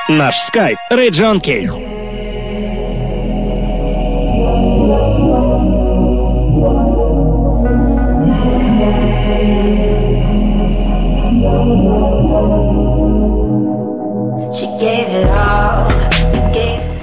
Наш скайп – Region K. She gave it all, you gave it.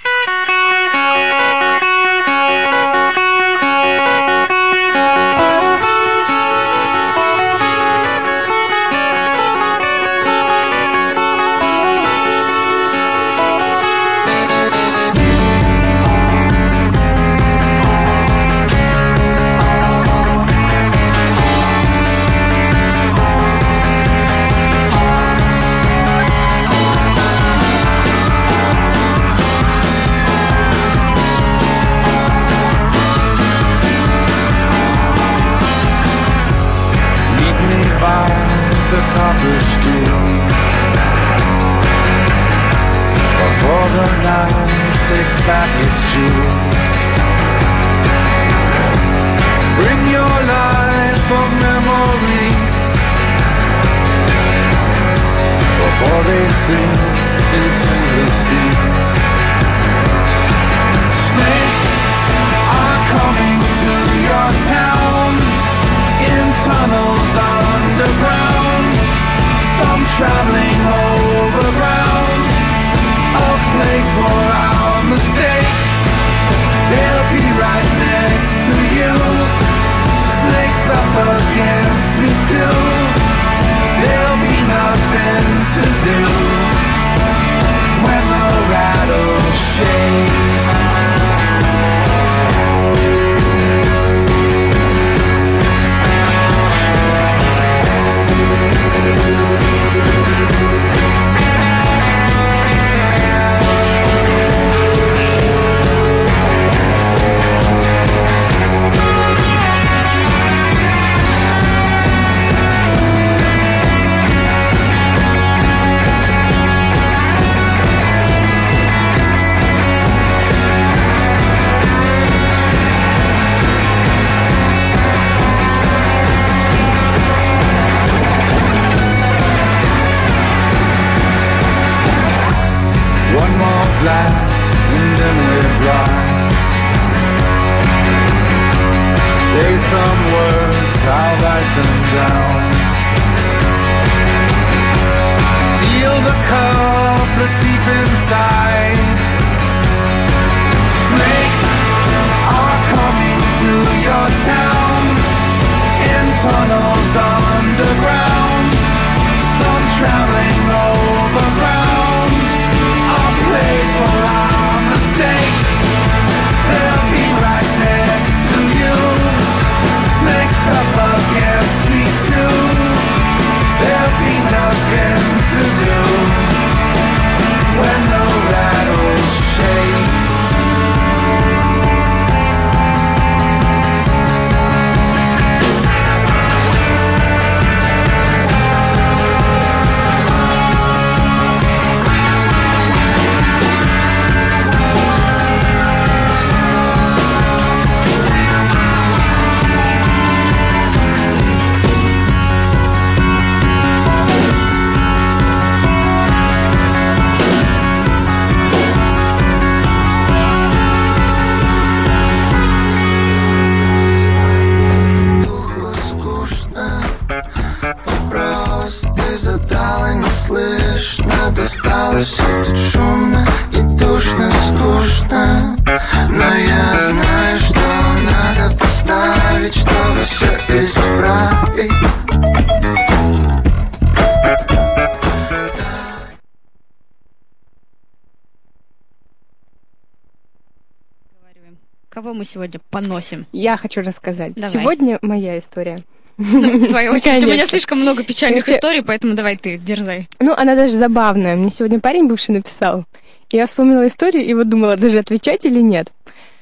Кого мы сегодня поносим? Я хочу рассказать. Давай. Сегодня моя история. Твоя очередь. У меня слишком много печальных историй, поэтому давай ты, дерзай. Ну, она даже забавная. Мне сегодня парень бывший написал. Я вспомнила историю и вот думала, даже отвечать или нет.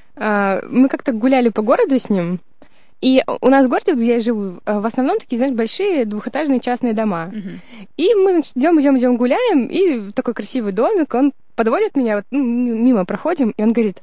Мы как-то гуляли по городу с ним, и у нас в городе, где я живу, в основном такие, знаешь, большие двухэтажные частные дома. И мы, значит, идем гуляем, и такой красивый домик, он подводит меня, вот, мимо проходим, и он говорит: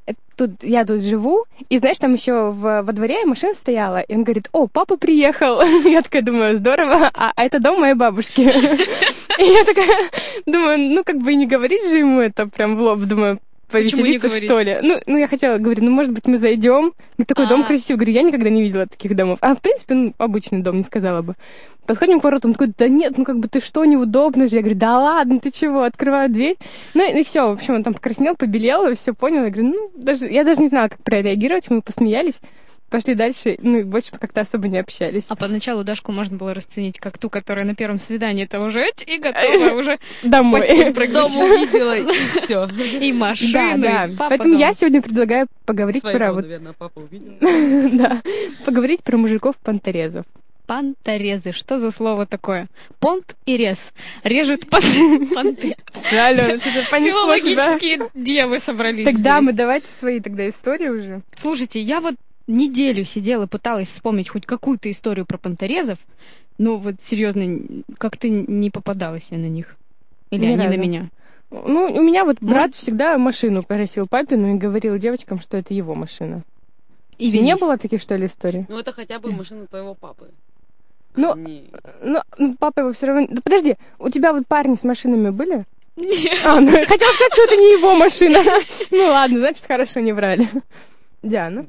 я тут живу, и, знаешь, там еще во дворе машина стояла, и он говорит: о, папа приехал. Я такая думаю: здорово, а это дом моей бабушки. И я такая думаю, ну, как бы и не говорить же ему это прям в лоб, думаю, повеселиться, что ли. Ну, я хотела, говорю, ну, может быть, мы зайдем. Такой дом красивый. Говорю, я никогда не видела таких домов. А, в принципе, ну, обычный дом, не сказала бы. Подходим к воротам, он такой, да нет, ну, как бы ты что, неудобно же. Я говорю, да ладно, ты чего, открываю дверь. Ну, и все, в общем, он там покраснел, побелел, и все понял. Я говорю, ну, я даже не знала, как прореагировать, мы посмеялись. Пошли дальше, ну и больше как-то особо не общались. А поначалу Дашку можно было расценить как ту, которая на первом свидании-то уже и готова уже домой. Дома увидела, и все. И машины. Да. Поэтому я сегодня предлагаю поговорить про... наверное, папа увидел. Да, поговорить про мужиков-понторезов. Понторезы. Что за слово такое? Понт и рез. Режет понты. Алена, что-то понесло тебя. Филологические девы собрались. Тогда мы давайте свои тогда истории уже. Слушайте, я вот неделю сидела, пыталась вспомнить хоть какую-то историю про понторезов, но вот серьезно, как-то не попадалась я на них. Или Ни они разу. на меня. Ну, у меня вот брат всегда машину просил папину и говорил девочкам, что это его машина. И не было таких, что ли, историй? Ну, это хотя бы машина твоего папы. Ну, папа его все равно... Да подожди, у тебя вот парни с машинами были? Нет. Хотела сказать, что это не его машина. Ну ладно, значит, хорошо, не врали. Диана?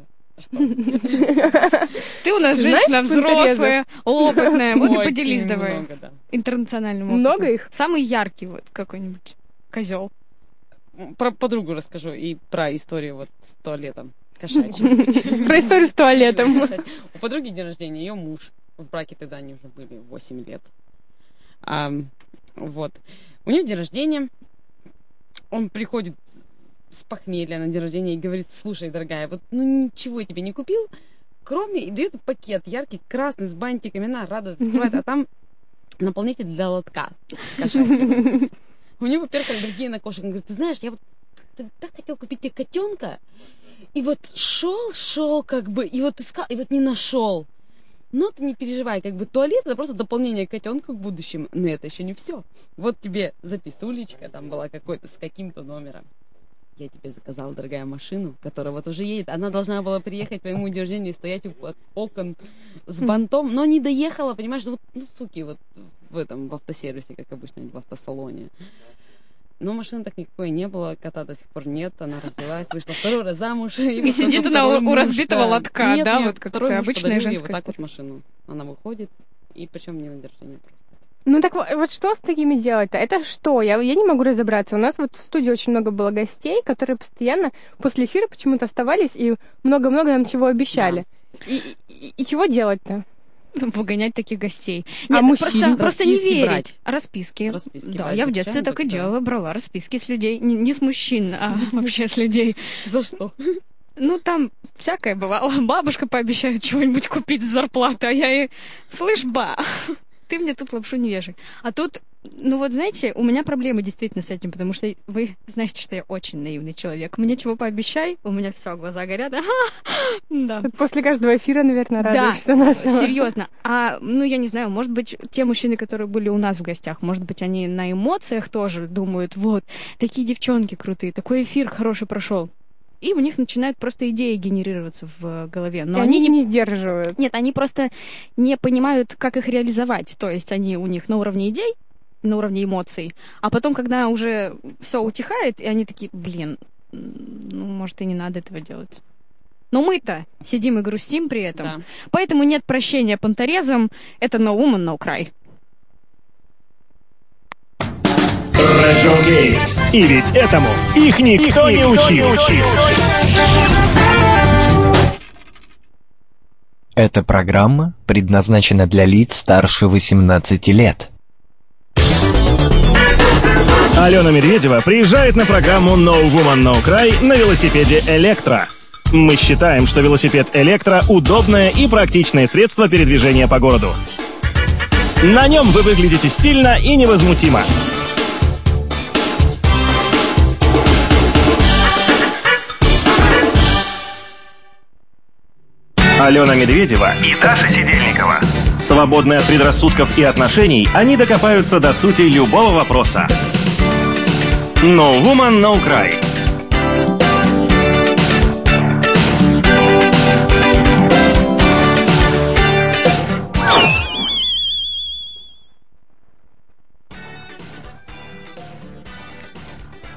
Ты у нас женщина взрослая, опытная. Вот и поделись давай. Интернациональным опытом. Много их? Самый яркий вот какой-нибудь козел. Про подругу расскажу и про историю вот с туалетом кошачьим. Про историю с туалетом. У подруги день рождения, ее муж. В браке тогда они уже были 8 лет. Вот. У нее день рождения. Он приходит с похмелья на день рождения и говорит: слушай, дорогая, вот ну ничего я тебе не купил, кроме... И дает пакет яркий, красный, с бантиками, на, радует, открывает, а там наполнитель для лотка кошачьего. У него, во-первых, аллергия на кошек. Он говорит: ты знаешь, я вот так хотел купить тебе котенка, и вот шел как бы, и вот искал, и вот не нашел. Но ты не переживай, как бы туалет — это просто дополнение котенка в будущем. Но это еще не все. Вот тебе записулечка там была какой-то с каким-то номером. Я тебе заказала, дорогая, машину, которая вот уже едет. Она должна была приехать к твоему дню рождения и стоять у окон с бантом, но не доехала, понимаешь, вот, ну, суки, вот в автосервисе, как обычно, в автосалоне. Но машины так никакой не было, кота до сих пор нет, она развелась, вышла второй раз замуж. И сидит она у разбитого лотка, нет, да, нет, вот как второй муж обычная подарил ей женская вот так история. вот машину. Она выходит, и причем не на день рождения просто. Ну так вот что с такими делать-то? Это что? Я не могу разобраться. У нас вот в студии очень много было гостей, которые постоянно после эфира почему-то оставались и много-много нам чего обещали. Да. И чего делать-то? Выгонять таких гостей. А Нет, просто не верить. Брать. Расписки. Да, брать. я в детстве так и делала, брала расписки с людей. Не с мужчин, а вообще с людей. За что? Ну, там всякое бывало. Бабушка пообещает чего-нибудь купить с зарплаты, а я ей: слышь, ты мне тут лапшу не вешай. А тут, ну вот знаете, у меня проблемы действительно с этим, потому что вы знаете, что я очень наивный человек. Мне чего пообещай, у меня все, глаза горят. Да. После каждого эфира, наверное, радуешься нашего. Серьезно. Ну, я не знаю, может быть, те мужчины, которые были у нас в гостях, может быть, они на эмоциях тоже думают: вот, такие девчонки крутые, такой эфир хороший прошел. И у них начинают просто идеи генерироваться в голове. Но они не сдерживают. Нет, они просто не понимают, как их реализовать. То есть они у них на уровне идей, на уровне эмоций. А потом, когда уже все утихает, и они такие: блин, ну, может, и не надо этого делать. Но мы-то сидим и грустим при этом. Да. Поэтому нет прощения понторезам. Это no woman, no cry. Рэджонкей. И ведь этому их никто не учил. Эта программа предназначена для лиц старше 18 лет. Алена Медведева приезжает на программу No Woman No Cry на велосипеде «Электро». Мы считаем, что велосипед «Электро» — удобное и практичное средство передвижения по городу. На нем вы выглядите стильно и невозмутимо. Алена Медведева и Даша Сидельникова. Свободные от предрассудков и отношений, они докопаются до сути любого вопроса. No Woman No Cry.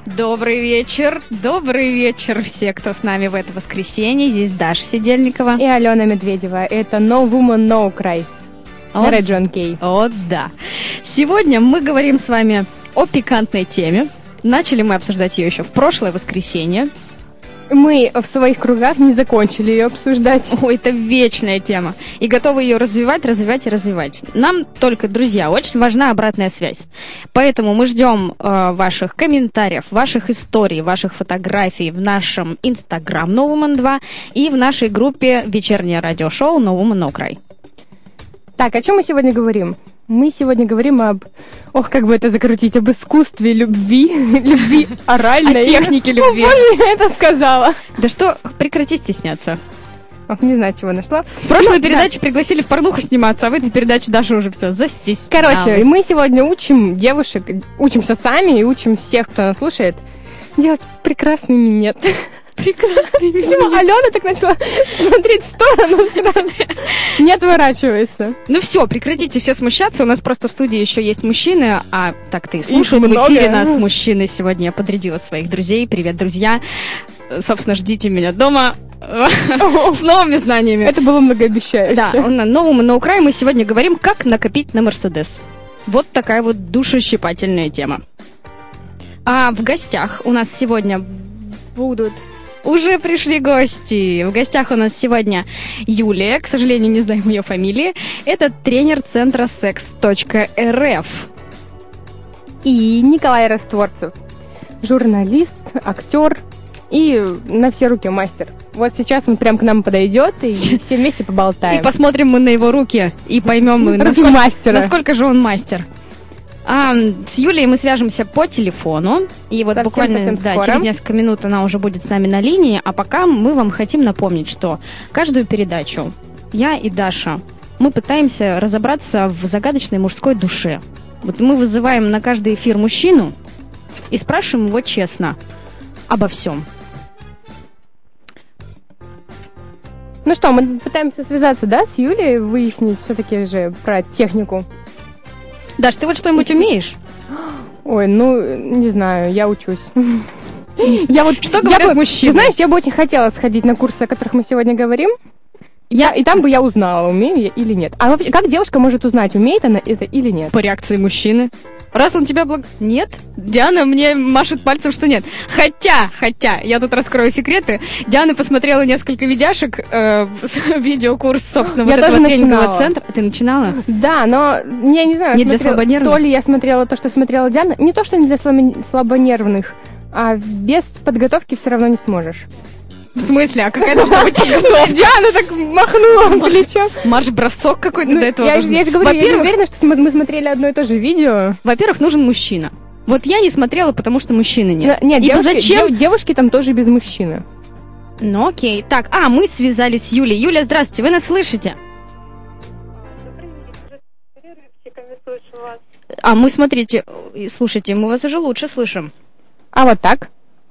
Добрый вечер все, кто с нами в это воскресенье. Здесь Даша Сидельникова. И Алена Медведева. Это No Woman, No Cry. На Radio NK. О, да. Сегодня мы говорим с вами о пикантной теме. Начали мы обсуждать ее еще в прошлое воскресенье. Мы в своих кругах не закончили ее обсуждать. Ой, это вечная тема. И готовы ее развивать. Нам только, друзья, очень важна обратная связь. Поэтому мы ждем ваших комментариев, ваших историй, ваших фотографий в нашем Instagram No Woman 2 и в нашей группе вечернее радиошоу No Woman No Cry. Так, о чем мы сегодня говорим? Мы сегодня говорим об... как бы это закрутить? Об искусстве любви оральной. О технике любви. О, боже, я это сказала. Да что, прекрати стесняться. Не знаю, чего нашла. В прошлой передаче пригласили в порнуху сниматься, а в этой передаче Даша уже все застеснялась. Короче, мы сегодня учим девушек, учимся сами и учим всех, кто нас слушает, делать прекрасный минет. Прекрасный минет. Почему Алена так начала смотреть в сторону? Не отворачивайся. Ну все, прекратите все смущаться. У нас просто в студии еще есть мужчины, а так-то и слушают в эфире нас мужчины. Сегодня я подрядила своих друзей. Привет, друзья. Собственно, ждите меня дома с новыми знаниями. Это было многообещающе. Да, на новом No Cry мы сегодня говорим, как накопить на Мерседес. Вот такая вот душещипательная тема. А в гостях у нас сегодня будут... Уже пришли гости. В гостях у нас сегодня Юлия, к сожалению, не знаем ее фамилии. Это тренер центра sex.rf. И Николай Растворцев, журналист, актер и на все руки мастер. Вот сейчас он прям к нам подойдет, и все вместе поболтаем. И посмотрим мы на его руки, и поймем, насколько же он мастер. С Юлей мы свяжемся по телефону. И вот буквально через несколько минут она уже будет с нами на линии. А пока мы вам хотим напомнить, что каждую передачу я и Даша, мы пытаемся разобраться в загадочной мужской душе. Вот мы вызываем на каждый эфир мужчину и спрашиваем его честно обо всем. Ну что, мы пытаемся связаться, да, с Юлей, выяснить все-таки же про технику. Даш, ты вот что-нибудь умеешь? Ой, не знаю, я учусь. Что говорят мужчины? Знаешь, я бы очень хотела сходить на курсы, о которых мы сегодня говорим. И там бы я узнала, умею я или нет. А вообще, как девушка может узнать, умеет она это или нет? По реакции мужчины. Раз он тебя Нет? Диана мне машет пальцем, что нет. Хотя, я тут раскрою секреты. Диана посмотрела несколько видяшек, видеокурс, собственно, вот этого тренингового центра. Ты начинала? Да, но я не знаю, не для слабонервных? То ли я смотрела то, что смотрела Диана. Не то, что не для слабонервных, а без подготовки все равно не сможешь. В смысле? А какая должна быть подготовка? Диана так махнула плечом. Марш-бросок какой-то до этого. Я же говорю, я уверена, что мы смотрели одно и то же видео. Во-первых, нужен мужчина. Вот я не смотрела, потому что мужчины нет. Нет, девушки там тоже без мужчины. Ну окей. Так, мы связались с Юлей. Юля, здравствуйте, вы нас слышите? Мы, смотрите, слушайте, мы вас уже лучше слышим. А вот так?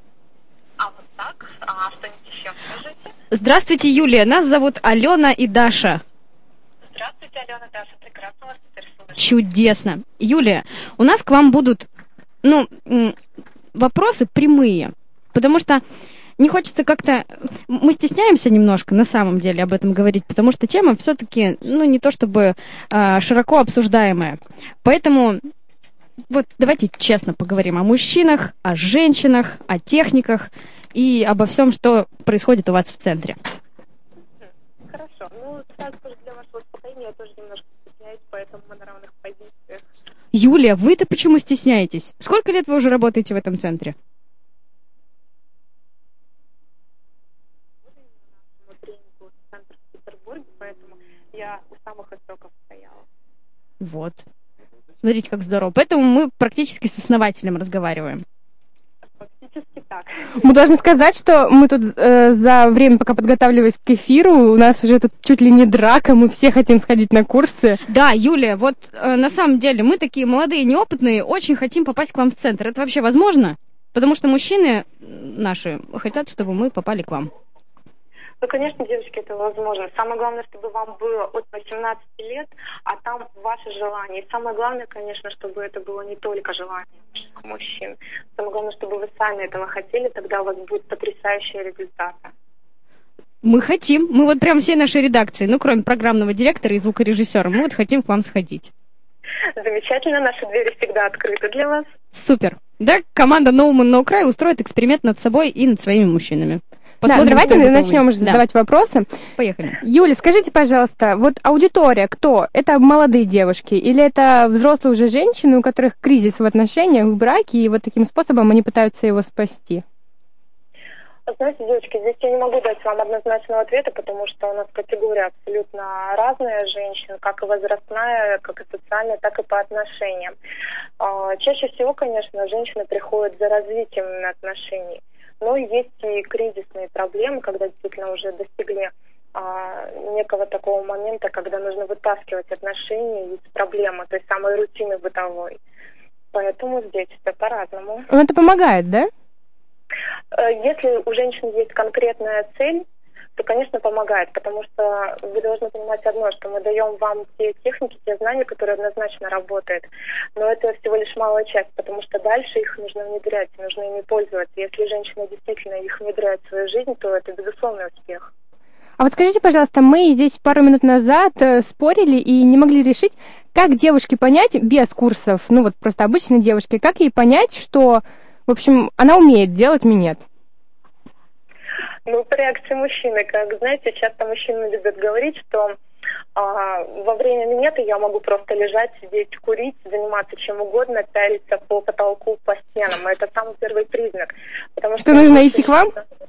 Здравствуйте, Юлия. Нас зовут Алена и Даша. Здравствуйте, Алена, Даша. Прекрасно вас теперь слышно. Чудесно. Юлия, у нас к вам будут, вопросы прямые. Потому что не хочется как-то... Мы стесняемся немножко, на самом деле, об этом говорить, потому что тема все-таки, не то чтобы широко обсуждаемая. Поэтому... Вот давайте честно поговорим о мужчинах, о женщинах, о техниках и обо всем, что происходит у вас в центре. Хорошо. Сразу тоже для вашего успокоения я тоже немножко стесняюсь, поэтому мы на равных позициях. Юлия, вы-то почему стесняетесь? Сколько лет вы уже работаете в этом центре? Нашему тренингу центр в Петербурге, поэтому я у самых истоков стояла. Вот. Смотрите, как здорово. Поэтому мы практически с основателем разговариваем. Фактически так. Мы должны сказать, что мы тут за время, пока подготавливались к эфиру, у нас уже тут чуть ли не драка, мы все хотим сходить на курсы. Да, Юлия, вот на самом деле мы такие молодые, неопытные, очень хотим попасть к вам в центр. Это вообще возможно? Потому что мужчины наши хотят, чтобы мы попали к вам. Ну, конечно, девочки, это возможно. Самое главное, чтобы вам было от 18 лет, а там ваше желание. И самое главное, конечно, чтобы это было не только желание ваших мужчин. Самое главное, чтобы вы сами этого хотели, тогда у вас будут потрясающие результаты. Мы хотим. Мы вот прям всей нашей редакции, ну, кроме программного директора и звукорежиссера, мы вот хотим к вам сходить. Замечательно, наши двери всегда открыты для вас. Супер. Да, команда No Woman No Cry устроит эксперимент над собой и над своими мужчинами. Посмотрим, да, давайте кто из этого начнем выйдет. уже задавать вопросы. Поехали. Юля, скажите, пожалуйста, вот аудитория кто? Это молодые девушки или это взрослые уже женщины, у которых кризис в отношениях, в браке, и вот таким способом они пытаются его спасти? Знаете, девочки, здесь я не могу дать вам однозначного ответа, потому что у нас категория абсолютно разная женщин, как и возрастная, как и социальная, так и по отношениям. Чаще всего, конечно, женщины приходят за развитием отношений, но есть и кризисные проблемы, когда действительно уже достигли некого такого момента, когда нужно вытаскивать отношения из проблемы, той самой рутины бытовой. Поэтому здесь все по-разному. Ну, это помогает, да? Если у женщин есть конкретная цель, то, конечно, помогает, потому что вы должны понимать одно, что мы даем вам те техники, те знания, которые однозначно работают, но это всего лишь малая часть, потому что дальше их нужно внедрять, нужно ими пользоваться. Если женщина действительно их внедряет в свою жизнь, то это безусловный успех. А вот скажите, пожалуйста, мы здесь пару минут назад спорили и не могли решить, как девушке понять без курсов, ну вот просто обычной девушке, как ей понять, что, в общем, она умеет делать минет? Ну, по реакции мужчины, как знаете, часто мужчины любят говорить, что во время минета я могу просто лежать, сидеть, курить, заниматься чем угодно, пялиться по потолку, по стенам. Это самый первый признак. Потому что нужно идти к вам?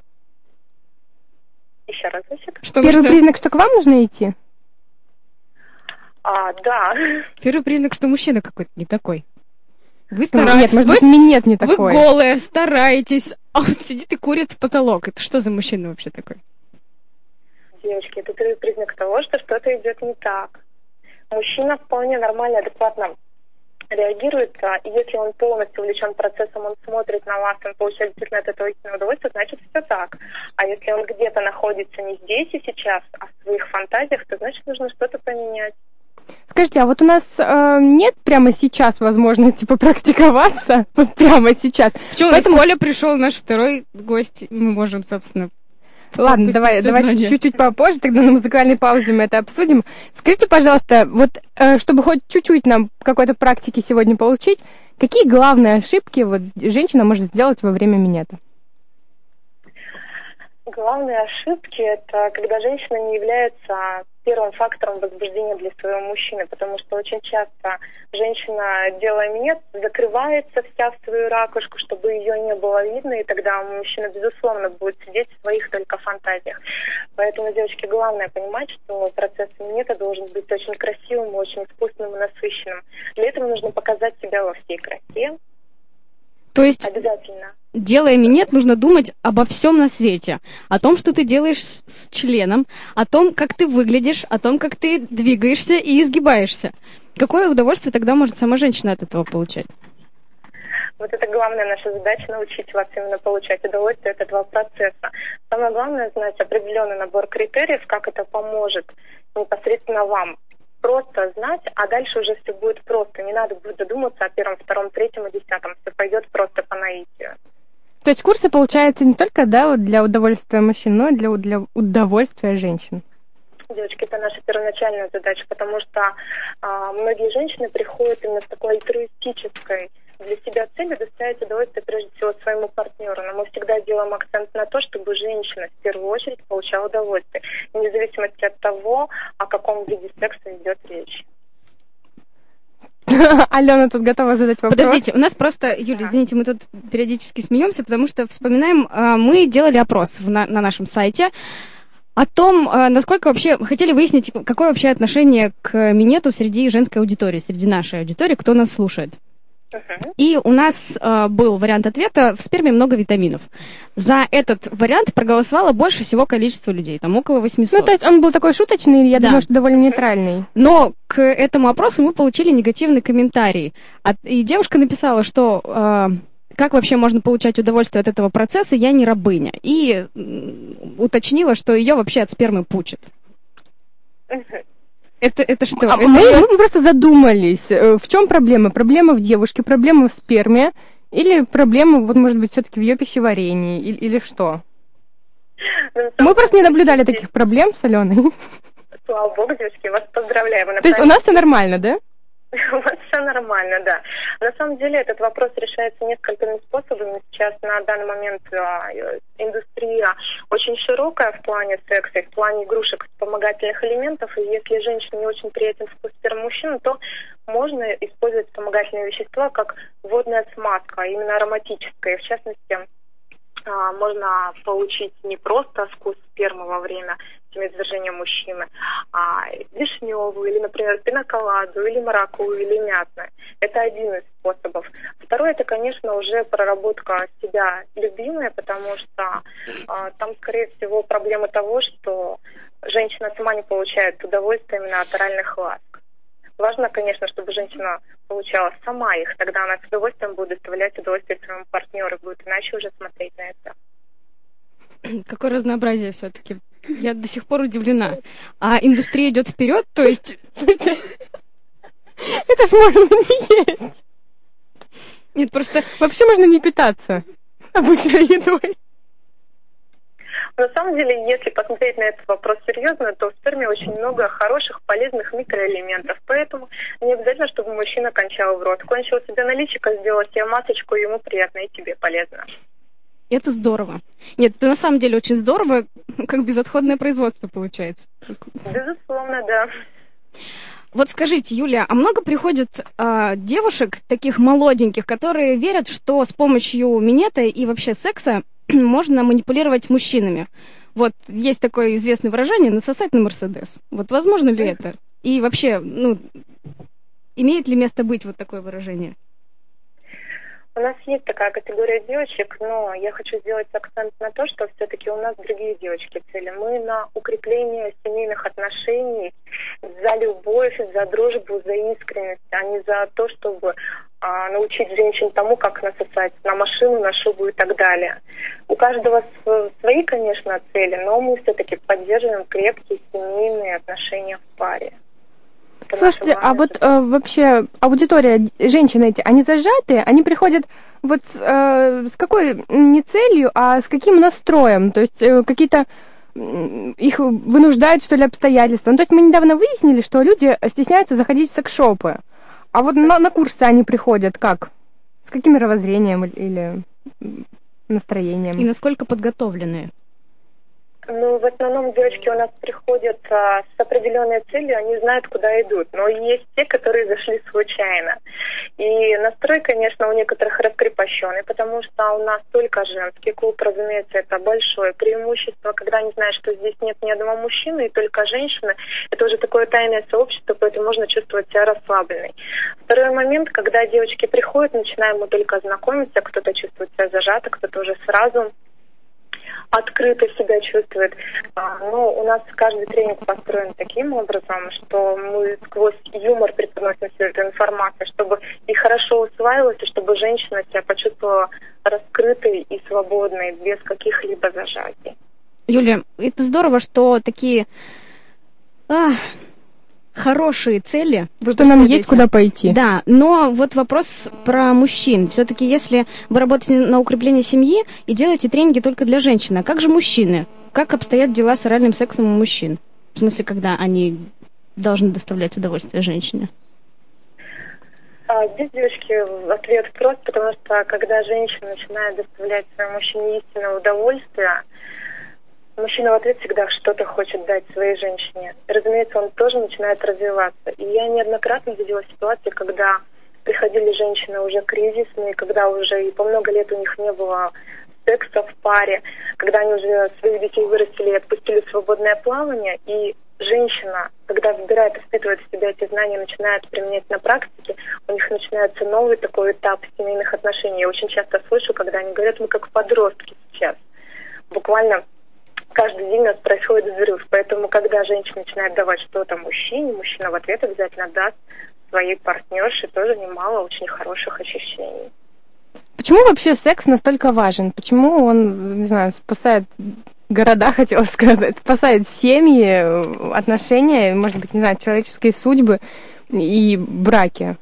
Еще разочек. Первый признак, что к вам нужно идти? Да. Первый признак, что мужчина какой-то не такой. Вы стараетесь. Нет, может быть, минет не такой. Вы голые, стараетесь, а он сидит и курит в потолок. Это что за мужчина вообще такой? Девочки, это первый признак того, что что-то идет не так. Мужчина вполне нормально, адекватно реагирует, и если он полностью увлечен процессом, он смотрит на вас, он получает действительно от этого истинное удовольствие, значит, все так. А если он где-то находится не здесь и сейчас, а в своих фантазиях, то значит, нужно что-то поменять. Скажите, а вот у нас нет прямо сейчас возможности попрактиковаться? Вот прямо сейчас. Почему? Поэтому Коля пришел, наш второй гость, мы можем, собственно... Ладно, давайте чуть-чуть попозже, тогда на музыкальной паузе мы это обсудим. Скажите, пожалуйста, вот чтобы хоть чуть-чуть нам какой-то практики сегодня получить, какие главные ошибки вот женщина может сделать во время минета? Главные ошибки – это когда женщина не является первым фактором возбуждения для своего мужчины, потому что очень часто женщина, делая минет, закрывается вся в свою ракушку, чтобы ее не было видно, и тогда мужчина, безусловно, будет сидеть в своих только фантазиях. Поэтому, девочки, главное понимать, что процесс минета должен быть очень красивым, очень вкусным и насыщенным. Для этого нужно показать себя во всей красе. То есть, обязательно. Делая минет, нужно думать обо всем на свете. О том, что ты делаешь с членом, о том, как ты выглядишь, о том, как ты двигаешься и изгибаешься. Какое удовольствие тогда может сама женщина от этого получать? Вот это главная наша задача — научить вас именно получать удовольствие от этого процесса. Самое главное — знать определенный набор критериев, как это поможет непосредственно вам. Просто знать, а дальше уже все будет просто. Не надо будет задумываться о первом, втором, третьем и десятом. Все пойдет просто по наитию. То есть курсы, получается, не только для удовольствия мужчин, но и для удовольствия женщин? Девочки, это наша первоначальная задача, потому что многие женщины приходят именно с такой альтруистической для себя целью доставить удовольствие прежде всего своему партнеру. Но мы всегда делаем акцент на то, чтобы женщина в первую очередь получала удовольствие, вне зависимости от того, о каком виде секса идет речь. Алена тут готова задать вопрос. Подождите, у нас просто, Юля, извините, мы тут периодически смеемся, потому что вспоминаем, мы делали опрос на нашем сайте о том, насколько вообще хотели выяснить, какое вообще отношение к минету среди женской аудитории, среди нашей аудитории, кто нас слушает. И у нас был вариант ответа: в сперме много витаминов. За этот вариант проголосовало больше всего количество людей, там около 800. Ну, то есть он был такой шуточный, я думаю, что довольно нейтральный. Но к этому опросу мы получили негативный комментарий. И девушка написала, что как вообще можно получать удовольствие от этого процесса, я не рабыня. И уточнила, что ее вообще от спермы пучит. Это что? Мы просто задумались, в чем проблема? Проблема в девушке, проблема в сперме, или проблема, вот, может быть, все-таки в ее пищеварении, или что? Мы просто не наблюдали таких проблем с Аленой. Слава богу, девочки, я вас поздравляю. То есть у нас все нормально, да? У вас все нормально, да. На самом деле этот вопрос решается несколькими способами. Сейчас на данный момент индустрия очень широкая в плане секса, в плане игрушек, вспомогательных элементов. И если женщине не очень приятен вкус спермы мужчины, то можно использовать вспомогательные вещества, как водная смазка, именно ароматическая. В частности, можно получить не просто вкус спермы во время семяизвержения мужчины, а вишневую, или, например, пиноколаду, или маракую, или мятную. Это один из способов. Второй, это, конечно, уже проработка себя любимой, потому что там, скорее всего, проблема того, что женщина сама не получает удовольствие именно от оральных ласк. Важно, конечно, чтобы женщина получала сама их, тогда она с удовольствием будет доставлять удовольствие своему партнеру, будет иначе уже смотреть на это. Какое разнообразие все-таки. Я до сих пор удивлена. А индустрия идет вперед, то есть... Это ж можно не есть. Нет, просто... Вообще можно не питаться обычной едой. На самом деле, если посмотреть на этот вопрос серьезно, то в сперме очень много хороших, полезных микроэлементов. Поэтому не обязательно, чтобы мужчина кончал в рот. Кончил себе на личико, сделал себе масочку, ему приятно и тебе полезно. Это здорово. Нет, это на самом деле очень здорово, как безотходное производство получается. Безусловно, да. Вот скажите, Юлия, а много приходит девушек, таких молоденьких, которые верят, что с помощью минета и вообще секса можно манипулировать мужчинами? Вот есть такое известное выражение «насосать на Мерседес». Вот возможно ли это? И вообще, имеет ли место быть вот такое выражение? У нас есть такая категория девочек, но я хочу сделать акцент на то, что все-таки у нас другие девочки цели. Мы на укрепление семейных отношений, за любовь, за дружбу, за искренность, а не за то, чтобы научить женщин тому, как насосать на машину, на шубу и так далее. У каждого свои, конечно, цели, но мы все-таки поддерживаем крепкие семейные отношения в паре. Слушайте, а вот вообще аудитория, женщины эти, они зажатые, они приходят вот с какой не целью, а с каким настроем? То есть какие-то их вынуждают, что ли, обстоятельства? Ну, то есть мы недавно выяснили, что люди стесняются заходить в секс-шопы. А вот на курсы они приходят как? С каким мировоззрением или настроением? И насколько подготовленные? Ну, в основном девочки у нас приходят с определенной целью, они знают, куда идут. Но есть те, которые зашли случайно. И настрой, конечно, у некоторых раскрепощенный, потому что у нас только женский клуб, разумеется, это большое преимущество. Когда они знают, что здесь нет ни одного мужчины и только женщины, это уже такое тайное сообщество, поэтому можно чувствовать себя расслабленной. Второй момент, когда девочки приходят, начинаем мы только знакомиться, кто-то чувствует себя зажато, кто-то уже сразу открыто себя чувствует. Но у нас каждый тренинг построен таким образом, что мы сквозь юмор преподносим всю эту информацию, чтобы и хорошо усваивалось, и чтобы женщина себя почувствовала раскрытой и свободной, без каких-либо зажатий. Юля, это здорово, что такие хорошие цели вы что нам есть куда пойти. Да, но вот вопрос про мужчин. Все-таки если вы работаете на укрепление семьи и делаете тренинги только для женщин, а как же мужчины? Как обстоят дела с оральным сексом у мужчин? В смысле, когда они должны доставлять удовольствие женщине? Здесь, девочки, ответ прост, потому что когда женщина начинает доставлять своему мужчине истинное удовольствие, мужчина в ответ всегда что-то хочет дать своей женщине. Разумеется, он тоже начинает развиваться. И я неоднократно видела ситуации, когда приходили женщины уже кризисные, когда уже и по много лет у них не было секса в паре, когда они уже своих детей вырастили и отпустили в свободное плавание, и женщина, когда выбирает и впитывает в себя эти знания, начинает применять на практике, у них начинается новый такой этап семейных отношений. Я очень часто слышу, когда они говорят, мы как подростки сейчас. Буквально каждый день у нас происходит взрыв. Поэтому, когда женщина начинает давать что-то мужчине, мужчина в ответ обязательно даст своей партнерше тоже немало очень хороших ощущений. Почему вообще секс настолько важен? Почему он, не знаю, спасает города, хотела сказать, спасает семьи, отношения, может быть, не знаю, человеческие судьбы и браки?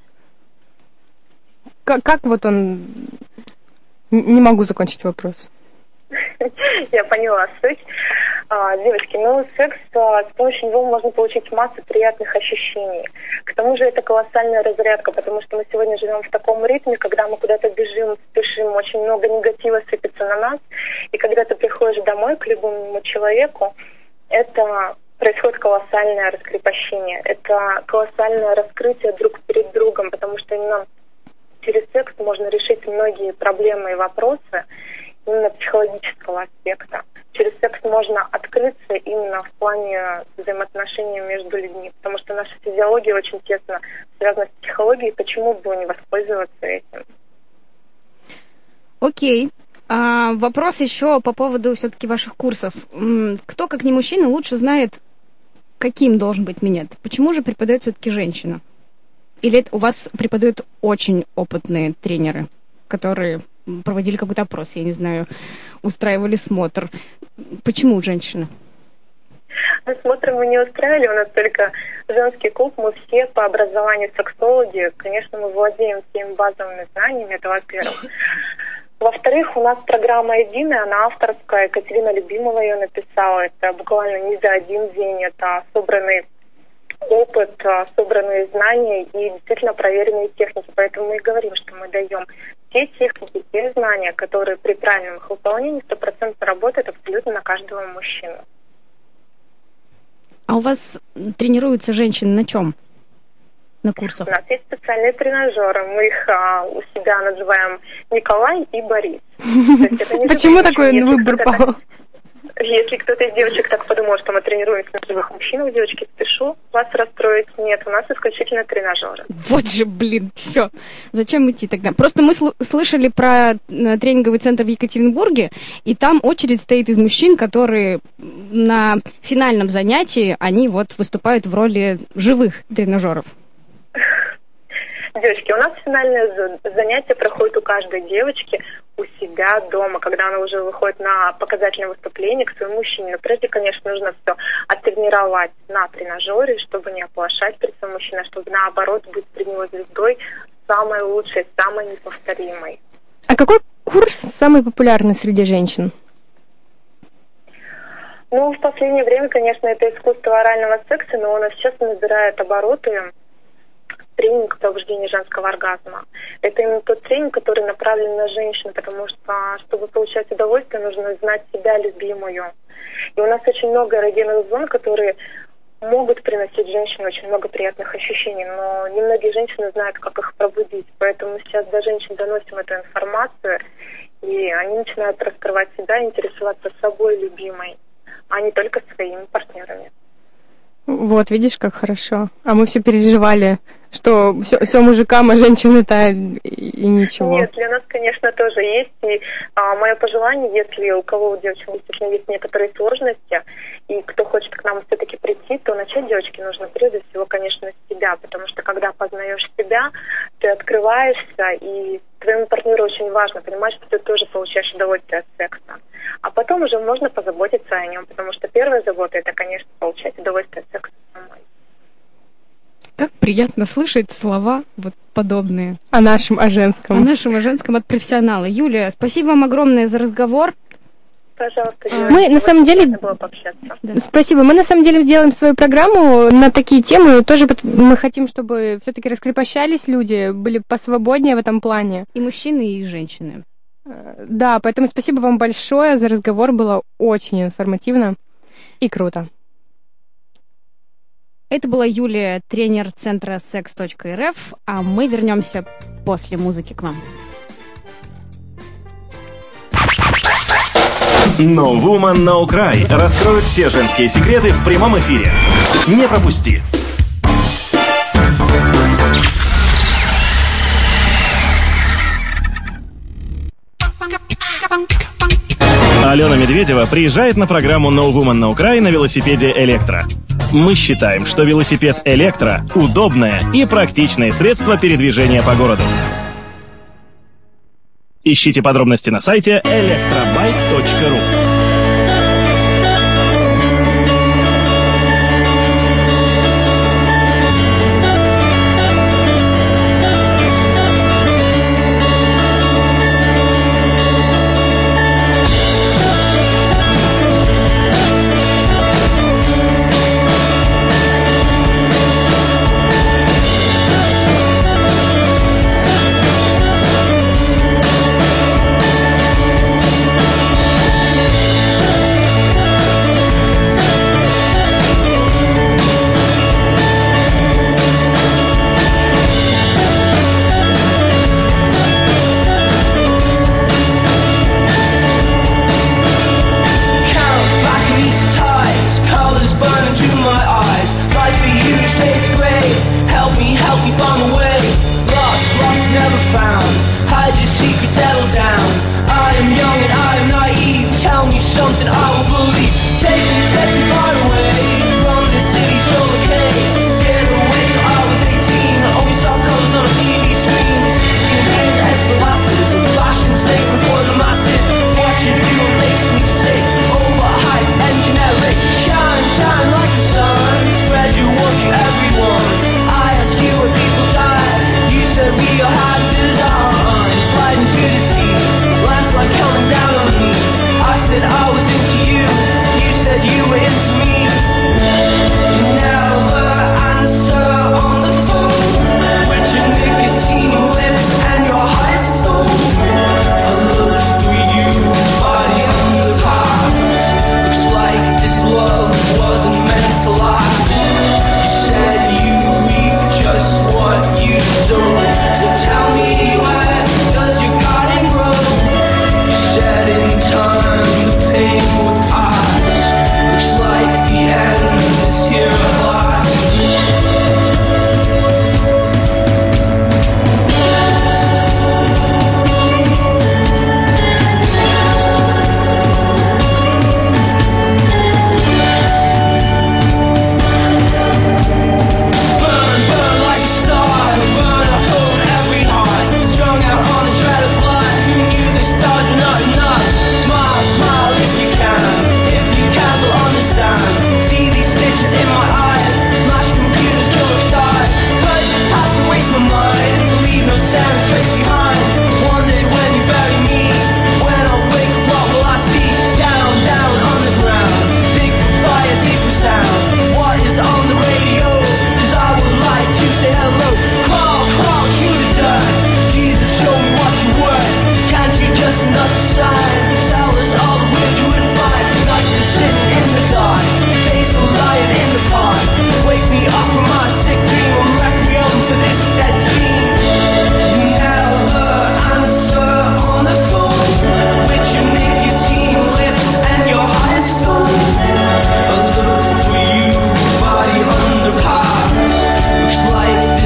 Как вот он... Не могу закончить вопрос. Я поняла суть. Девочки, секс, с помощью него можно получить массу приятных ощущений. К тому же это колоссальная разрядка, потому что мы сегодня живем в таком ритме, когда мы куда-то бежим, спешим, очень много негатива сыпется на нас. И когда ты приходишь домой к любому человеку, это происходит колоссальное раскрепощение. Это колоссальное раскрытие друг перед другом, потому что именно через секс можно решить многие проблемы и вопросы именно психологического аспекта. Через секс можно открыться именно в плане взаимоотношений между людьми, потому что наша физиология очень тесно связана с психологией, почему бы не воспользоваться этим? Окей. Вопрос еще по поводу все-таки ваших курсов. Кто, как не мужчина, лучше знает, каким должен быть минет? Почему же преподает все-таки женщина? Или у вас преподают очень опытные тренеры, которые проводили какой-то опрос, я не знаю, устраивали смотр? Почему женщина? Смотры мы не устраивали, у нас только женский клуб, мы все по образованию сексологи. Конечно, мы владеем всеми базовыми знаниями, это во-первых. Во-вторых, у нас программа единая, она авторская, Екатерина Любимова ее написала. Это буквально не за один день, это собранный опыт, собранные знания и действительно проверенные техники. Поэтому мы и говорим, что мы даем те техники, те знания, которые при правильном их выполнении 100% работают абсолютно на каждого мужчину. А у вас тренируются женщины на чем? На курсах? У нас есть специальные тренажеры. Мы их у себя называем Николай и Борис. Почему такой выбор пал? Если кто-то из девочек так подумал, что мы тренируемся на живых мужчинах, девочки, спешу вас расстроить. Нет, у нас исключительно тренажеры. Вот же, все. Зачем идти тогда? Просто мы слышали про тренинговый центр в Екатеринбурге, и там очередь стоит из мужчин, которые на финальном занятии, они вот выступают в роли живых тренажеров. Девочки, у нас финальное занятие проходит у каждой девочки у себя дома, когда она уже выходит на показательное выступление к своему мужчине. Но прежде, конечно, нужно все оттренировать на тренажере, чтобы не оплошать перед своим мужчиной, чтобы наоборот быть перед него звездой самой лучшей, самой неповторимой. А какой курс самый популярный среди женщин? В последнее время, конечно, это искусство орального секса, но у нас сейчас набирает обороты тренинг пробуждения женского оргазма. Это именно тот тренинг, который направлен на женщин, потому что, чтобы получать удовольствие, нужно знать себя любимую. И у нас очень много эрогенных зон, которые могут приносить женщине очень много приятных ощущений, но немногие женщины знают, как их пробудить. Поэтому сейчас до женщин доносим эту информацию, и они начинают раскрывать себя, интересоваться собой любимой, а не только своими партнерами. Вот, видишь, как хорошо. А мы все переживали, что все мужикам, а женщины-то и ничего. Нет, для нас, конечно, тоже есть. И мое пожелание, если у кого у девочек действительно есть некоторые сложности, и кто хочет к нам все-таки прийти, то начать, девочки, нужно прежде всего, конечно, с себя, потому что когда познаешь себя, ты открываешься, и твоему партнеру очень важно понимать, что ты тоже получаешь удовольствие от секса. А потом уже можно позаботиться о нем, потому что первая забота — это, конечно, получать удовольствие от секса самой. Как приятно слышать слова вот подобные. О нашем, о женском. О нашем, о женском от профессионала. Юлия, спасибо вам огромное за разговор. Пожалуйста, мы на самом деле... Да. Спасибо. Мы на самом деле делаем свою программу на такие темы. Тоже мы хотим, чтобы все-таки раскрепощались люди, были посвободнее в этом плане. И мужчины, и женщины. Да, поэтому спасибо вам большое за разговор. Было очень информативно и круто. Это была Юлия, тренер центра sex.rf, а мы вернемся после музыки к вам. No Woman, No Cry раскроют все женские секреты в прямом эфире. Не пропусти. Алена Медведева приезжает на программу No Woman, No Cry на велосипеде «Электро». Мы считаем, что велосипед «Электро» – удобное и практичное средство передвижения по городу. Ищите подробности на сайте electrobike.ru.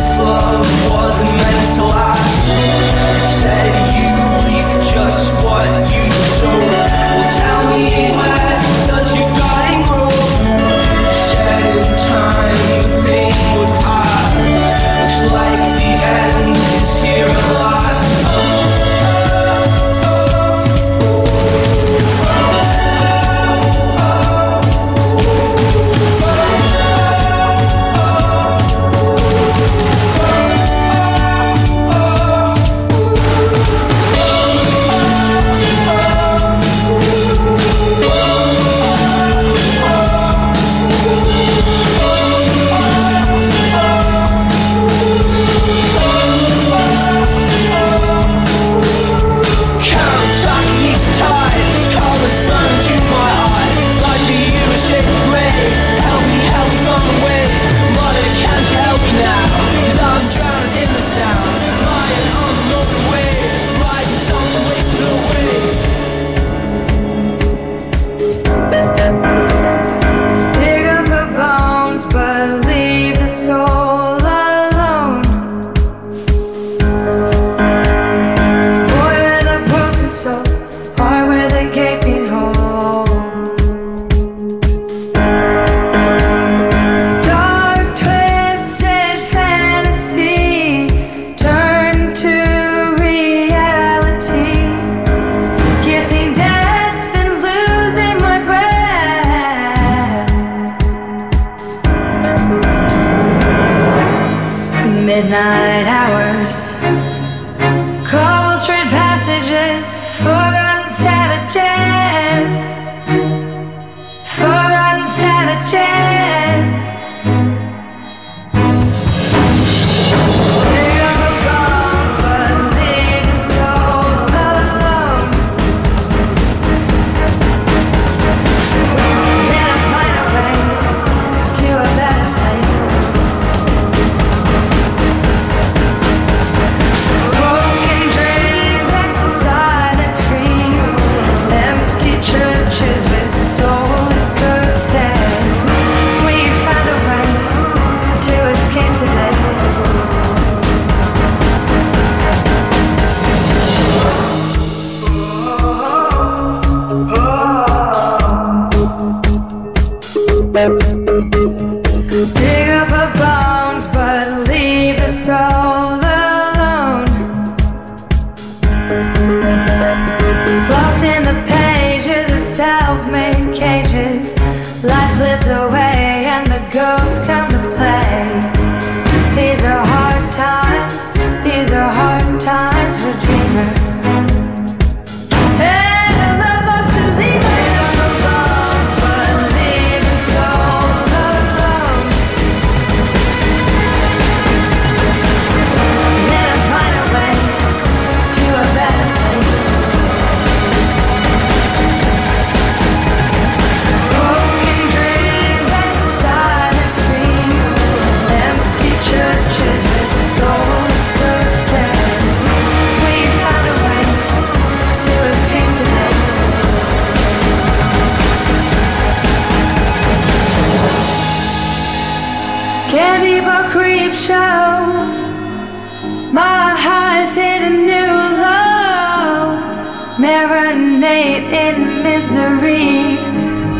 What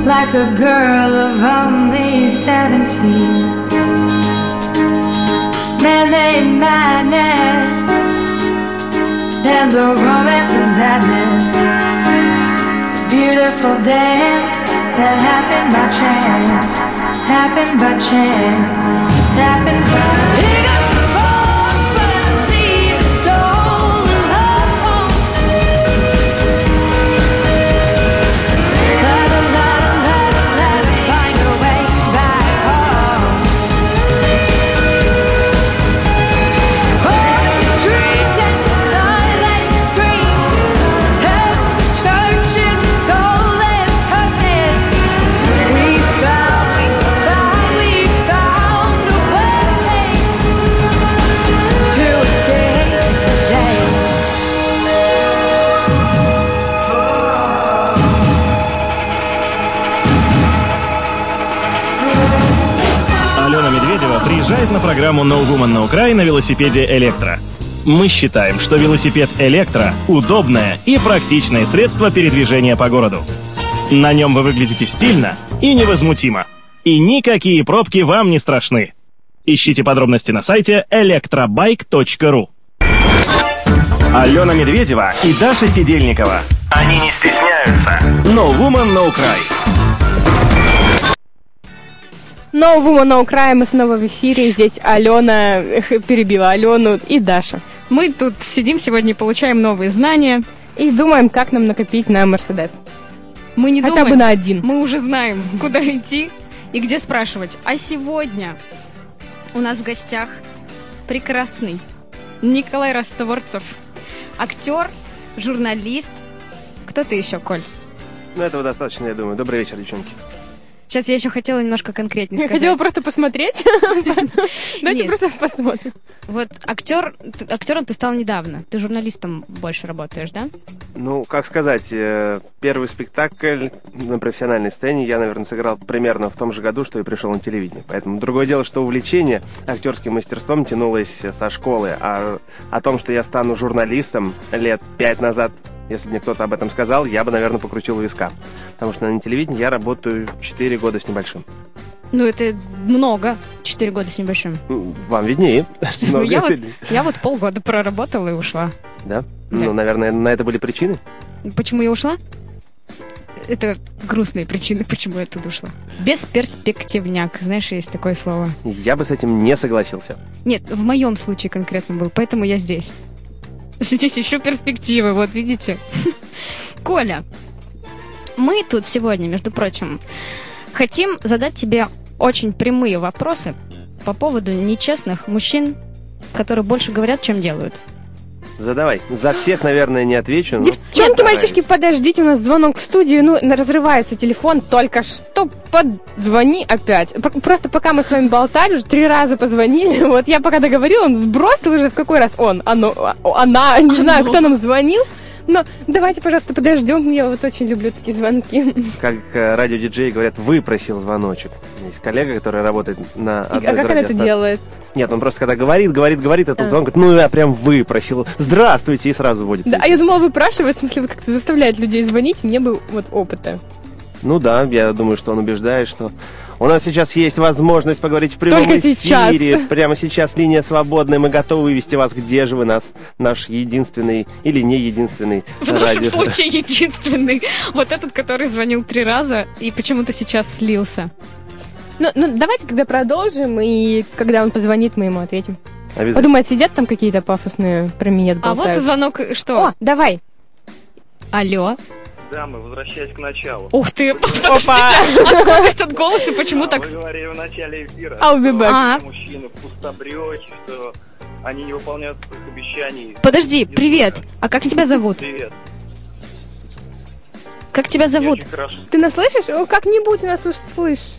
like a girl of only 17. Man-made madness and the romance of sadness. Beautiful dance that happened by chance, happened by chance, happened by chance. Алена Медведева приезжает на программу No Woman No Cry на велосипеде «Электро». Мы считаем, что велосипед «Электро» — удобное и практичное средство передвижения по городу. На нем вы выглядите стильно и невозмутимо. И никакие пробки вам не страшны. Ищите подробности на сайте electrobike.ru. Алена Медведева и Даша Сидельникова. Они не стесняются. No Woman No Cry. No Woman No Cry, мы снова в эфире. Здесь Алена перебила Алену и Даша. Мы тут сидим сегодня и получаем новые знания. И думаем, как нам накопить на Мерседес. Мы не Хотя думаем, бы на один. Мы уже знаем, куда идти и где спрашивать. А сегодня у нас в гостях прекрасный Николай Растворцев. Актер, журналист. Кто ты еще, Коль? Ну, этого достаточно, я думаю. Добрый вечер, девчонки. Сейчас я еще хотела немножко конкретнее сказать. Я хотела просто посмотреть. Давайте просто посмотрим. Вот актером ты стал недавно. Ты журналистом больше работаешь, да? Ну, как сказать, первый спектакль на профессиональной сцене я, наверное, сыграл примерно в том же году, что и пришел на телевидение. Поэтому другое дело, что увлечение актерским мастерством тянулось со школы. А о том, что я стану журналистом лет 5 назад, если бы мне кто-то об этом сказал, я бы, наверное, покрутил у виска. Потому что на телевидении я работаю 4 года с небольшим. Ну, это много. 4 года с небольшим. Вам виднее. Я вот полгода проработала и ушла. Да? Ну, наверное, на это были причины. Почему я ушла? Это грустные причины, почему я туда ушла. Бесперспективняк, знаешь, есть такое слово. Я бы с этим не согласился. Нет, в моем случае конкретно был, поэтому я здесь. Здесь еще перспективы, вот видите. Коля, мы тут сегодня, между прочим, хотим задать тебе очень прямые вопросы по поводу нечестных мужчин, которые больше говорят, чем делают. Задавай. За всех, наверное, не отвечу. Девчонки, мальчишки, подождите, у нас звонок в студию. Ну, разрывается телефон, только что подзвони опять. Просто пока мы с вами болтали, уже 3 раза позвонили. Вот я пока договорила, он сбросил уже в какой раз он, она, не знаю, кто нам звонил. Но давайте, пожалуйста, подождем. Я вот очень люблю такие звонки. Как радиодиджеи говорят, выпросил звоночек. Есть коллега, который работает на одной из радиостанций. А как он это делает? Нет, он просто когда говорит, а тут звон говорит, ну я прям выпросил. Здравствуйте, и сразу вводит. Да, а я думала, выпрашивает, в смысле, вы как-то заставляете людей звонить, мне бы вот опыта. Ну да, я думаю, что он убеждает, что у нас сейчас есть возможность поговорить в прямом только эфире. Сейчас. Прямо сейчас линия свободная, мы готовы вывести вас, где же вы нас, наш единственный или не единственный в нашем случае единственный. Вот этот, который звонил 3 раза и почему-то сейчас слился. Ну, давайте тогда продолжим, и когда он позвонит, мы ему ответим. Подумать, сидят там какие-то пафосные про меня болтают. А вот звонок, что? О, давай. Алло. Да, мы возвращаясь к началу. Ух ты, опа! Откуда этот голос и почему так... Вы говорили в начале эфира, что мужчины пустобрёчи, что они не выполняют своих обещаний. Подожди, привет, а как тебя зовут? Привет. Как тебя зовут? Ты нас слышишь? О, как-нибудь у нас уж слышь.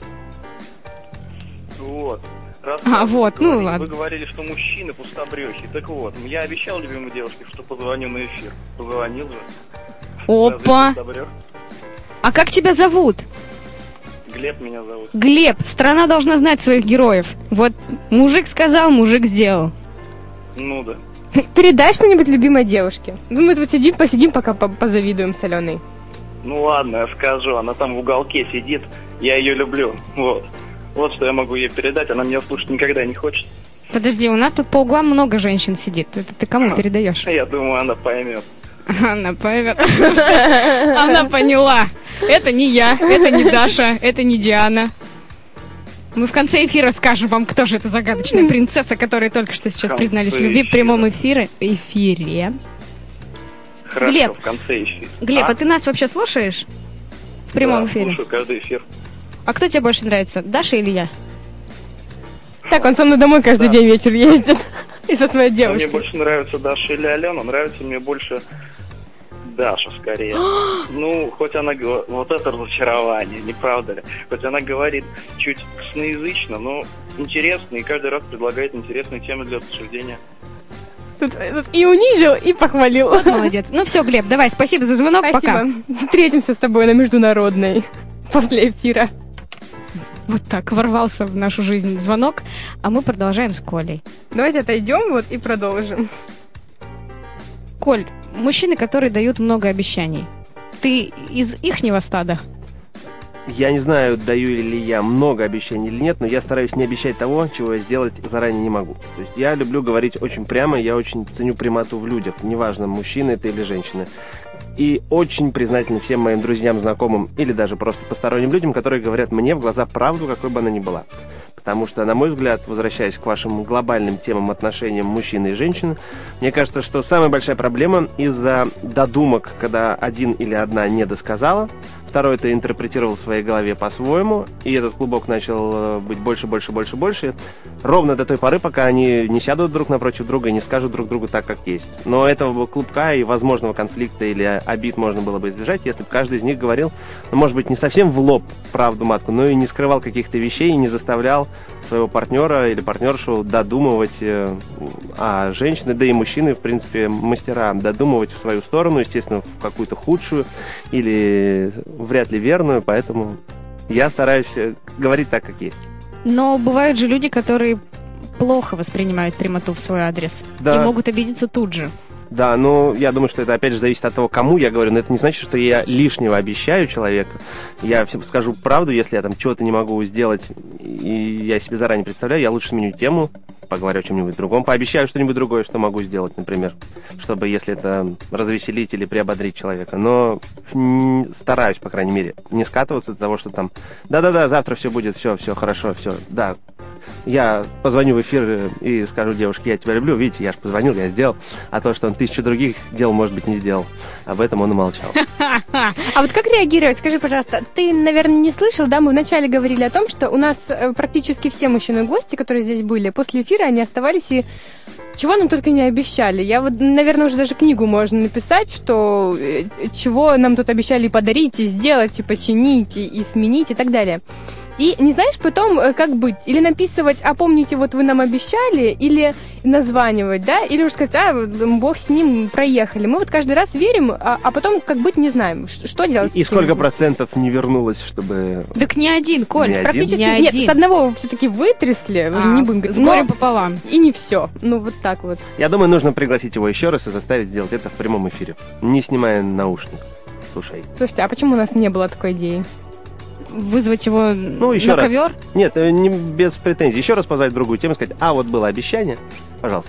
Вот. Вот, ну ладно. Вы говорили, что мужчины пустобрёчи. Так вот, я обещал любимой девушке, что позвоню на эфир. Позвонил же. Опа! А как тебя зовут? Глеб меня зовут. Глеб, страна должна знать своих героев. Вот мужик сказал, мужик сделал. Ну да. Передай что-нибудь любимой девушке. Мы тут посидим, пока позавидуем с Аленой. Ну ладно, я скажу, она там в уголке сидит, я ее люблю, вот. Вот что я могу ей передать, она меня слушать никогда не хочет. Подожди, у нас тут по углам много женщин сидит. Это ты кому передаешь? Я думаю, она поймет. Она поймет. Она поняла. Это не я, это не Даша, это не Диана. Мы в конце эфира скажем вам, кто же эта загадочная принцесса, которые только что сейчас признались в любви в прямом эфире. Хорошо, Глеб. в конце эфира. Глеб, а ты нас вообще слушаешь? В прямом эфире? Слушаю каждый эфир. А кто тебе больше нравится, Даша или я? Так, он со мной домой каждый день вечер ездит. И со своей Мне девушкой. больше нравится Даша или Алена, нравится мне больше Даша скорее. Ну, хоть она говорит, вот это разочарование, не правда ли? Хоть она говорит чуть косноязычно, но интересно, и каждый раз предлагает интересные темы для обсуждения. Тут и унизил, и похвалил. Вот молодец. Ну все, Глеб, давай, спасибо за звонок, Спасибо. Встретимся с тобой на международной после эфира. Вот так ворвался в нашу жизнь звонок, а мы продолжаем с Колей. Давайте отойдем вот и продолжим. Коль, мужчины, которые дают много обещаний, ты из ихнего стада? Я не знаю, даю ли я много обещаний или нет, но я стараюсь не обещать того, чего я сделать заранее не могу. То есть я люблю говорить очень прямо, я очень ценю прямоту в людях, неважно, мужчина это или женщина. И очень признателен всем моим друзьям, знакомым или даже просто посторонним людям, которые говорят мне в глаза правду, какой бы она ни была. Потому что, на мой взгляд, возвращаясь к вашим глобальным темам отношениям мужчины и женщины, мне кажется, что самая большая проблема из-за додумок, когда один или одна не досказала, второй это интерпретировал в своей голове по-своему, и этот клубок начал быть больше, ровно до той поры, пока они не сядут друг напротив друга и не скажут друг другу так, как есть. Но этого клубка и возможного конфликта или обид можно было бы избежать, если бы каждый из них говорил, ну, может быть, не совсем в лоб правду матку, но и не скрывал каких-то вещей и не заставлял своего партнера или партнершу додумывать, а женщины, да и мужчины, в принципе, мастера додумывать в свою сторону, естественно, в какую-то худшую или вряд ли верную, поэтому я стараюсь говорить так, как есть. Но бывают же люди, которые плохо воспринимают прямоту в свой адрес и могут обидеться тут же. Да, ну, я думаю, что это, опять же, зависит от того, кому я говорю. Но это не значит, что я лишнего обещаю человеку. Я всем скажу правду, если я там чего-то не могу сделать, и я себе заранее представляю, я лучше сменю тему, поговорю о чем-нибудь другом, пообещаю что-нибудь другое, что могу сделать, например, чтобы, если это развеселить или приободрить человека. Но стараюсь, по крайней мере, не скатываться до того, что там, да-да-да, завтра все будет, все хорошо, все, да. Я позвоню в эфир и скажу девушке, я тебя люблю, видите, я же позвонил, я сделал, а то, что он 1000 других дел, может быть, не сделал. Об этом он умолчал. А вот как реагировать? Скажи, пожалуйста, ты, наверное, не слышал, да? Мы вначале говорили о том, что у нас практически все мужчины-гости, которые здесь были, после эфира они оставались и чего нам только не обещали. Я вот, наверное, уже даже книгу можно написать, что чего нам тут обещали подарить, и сделать, и починить, и сменить, и так далее. И не знаешь потом, как быть? Или написывать, а помните, вот вы нам обещали, или названивать, да? Или уже сказать, бог с ним, проехали. Мы вот каждый раз верим, а потом как быть не знаем. Что делать? И сколько процентов не вернулось, чтобы... Так не один, Коль. Не практически один? нет. С одного все-таки вытрясли, не будем говорить. С горем пополам. И не все. Ну, вот так вот. Я думаю, нужно пригласить его еще раз и заставить сделать это в прямом эфире, не снимая наушник. Слушай. Слушайте, а почему у нас не было такой идеи? Вызвать его еще на раз. ковер? Нет, не без претензий. Еще раз позвать другую тему и сказать, вот было обещание, пожалуйста.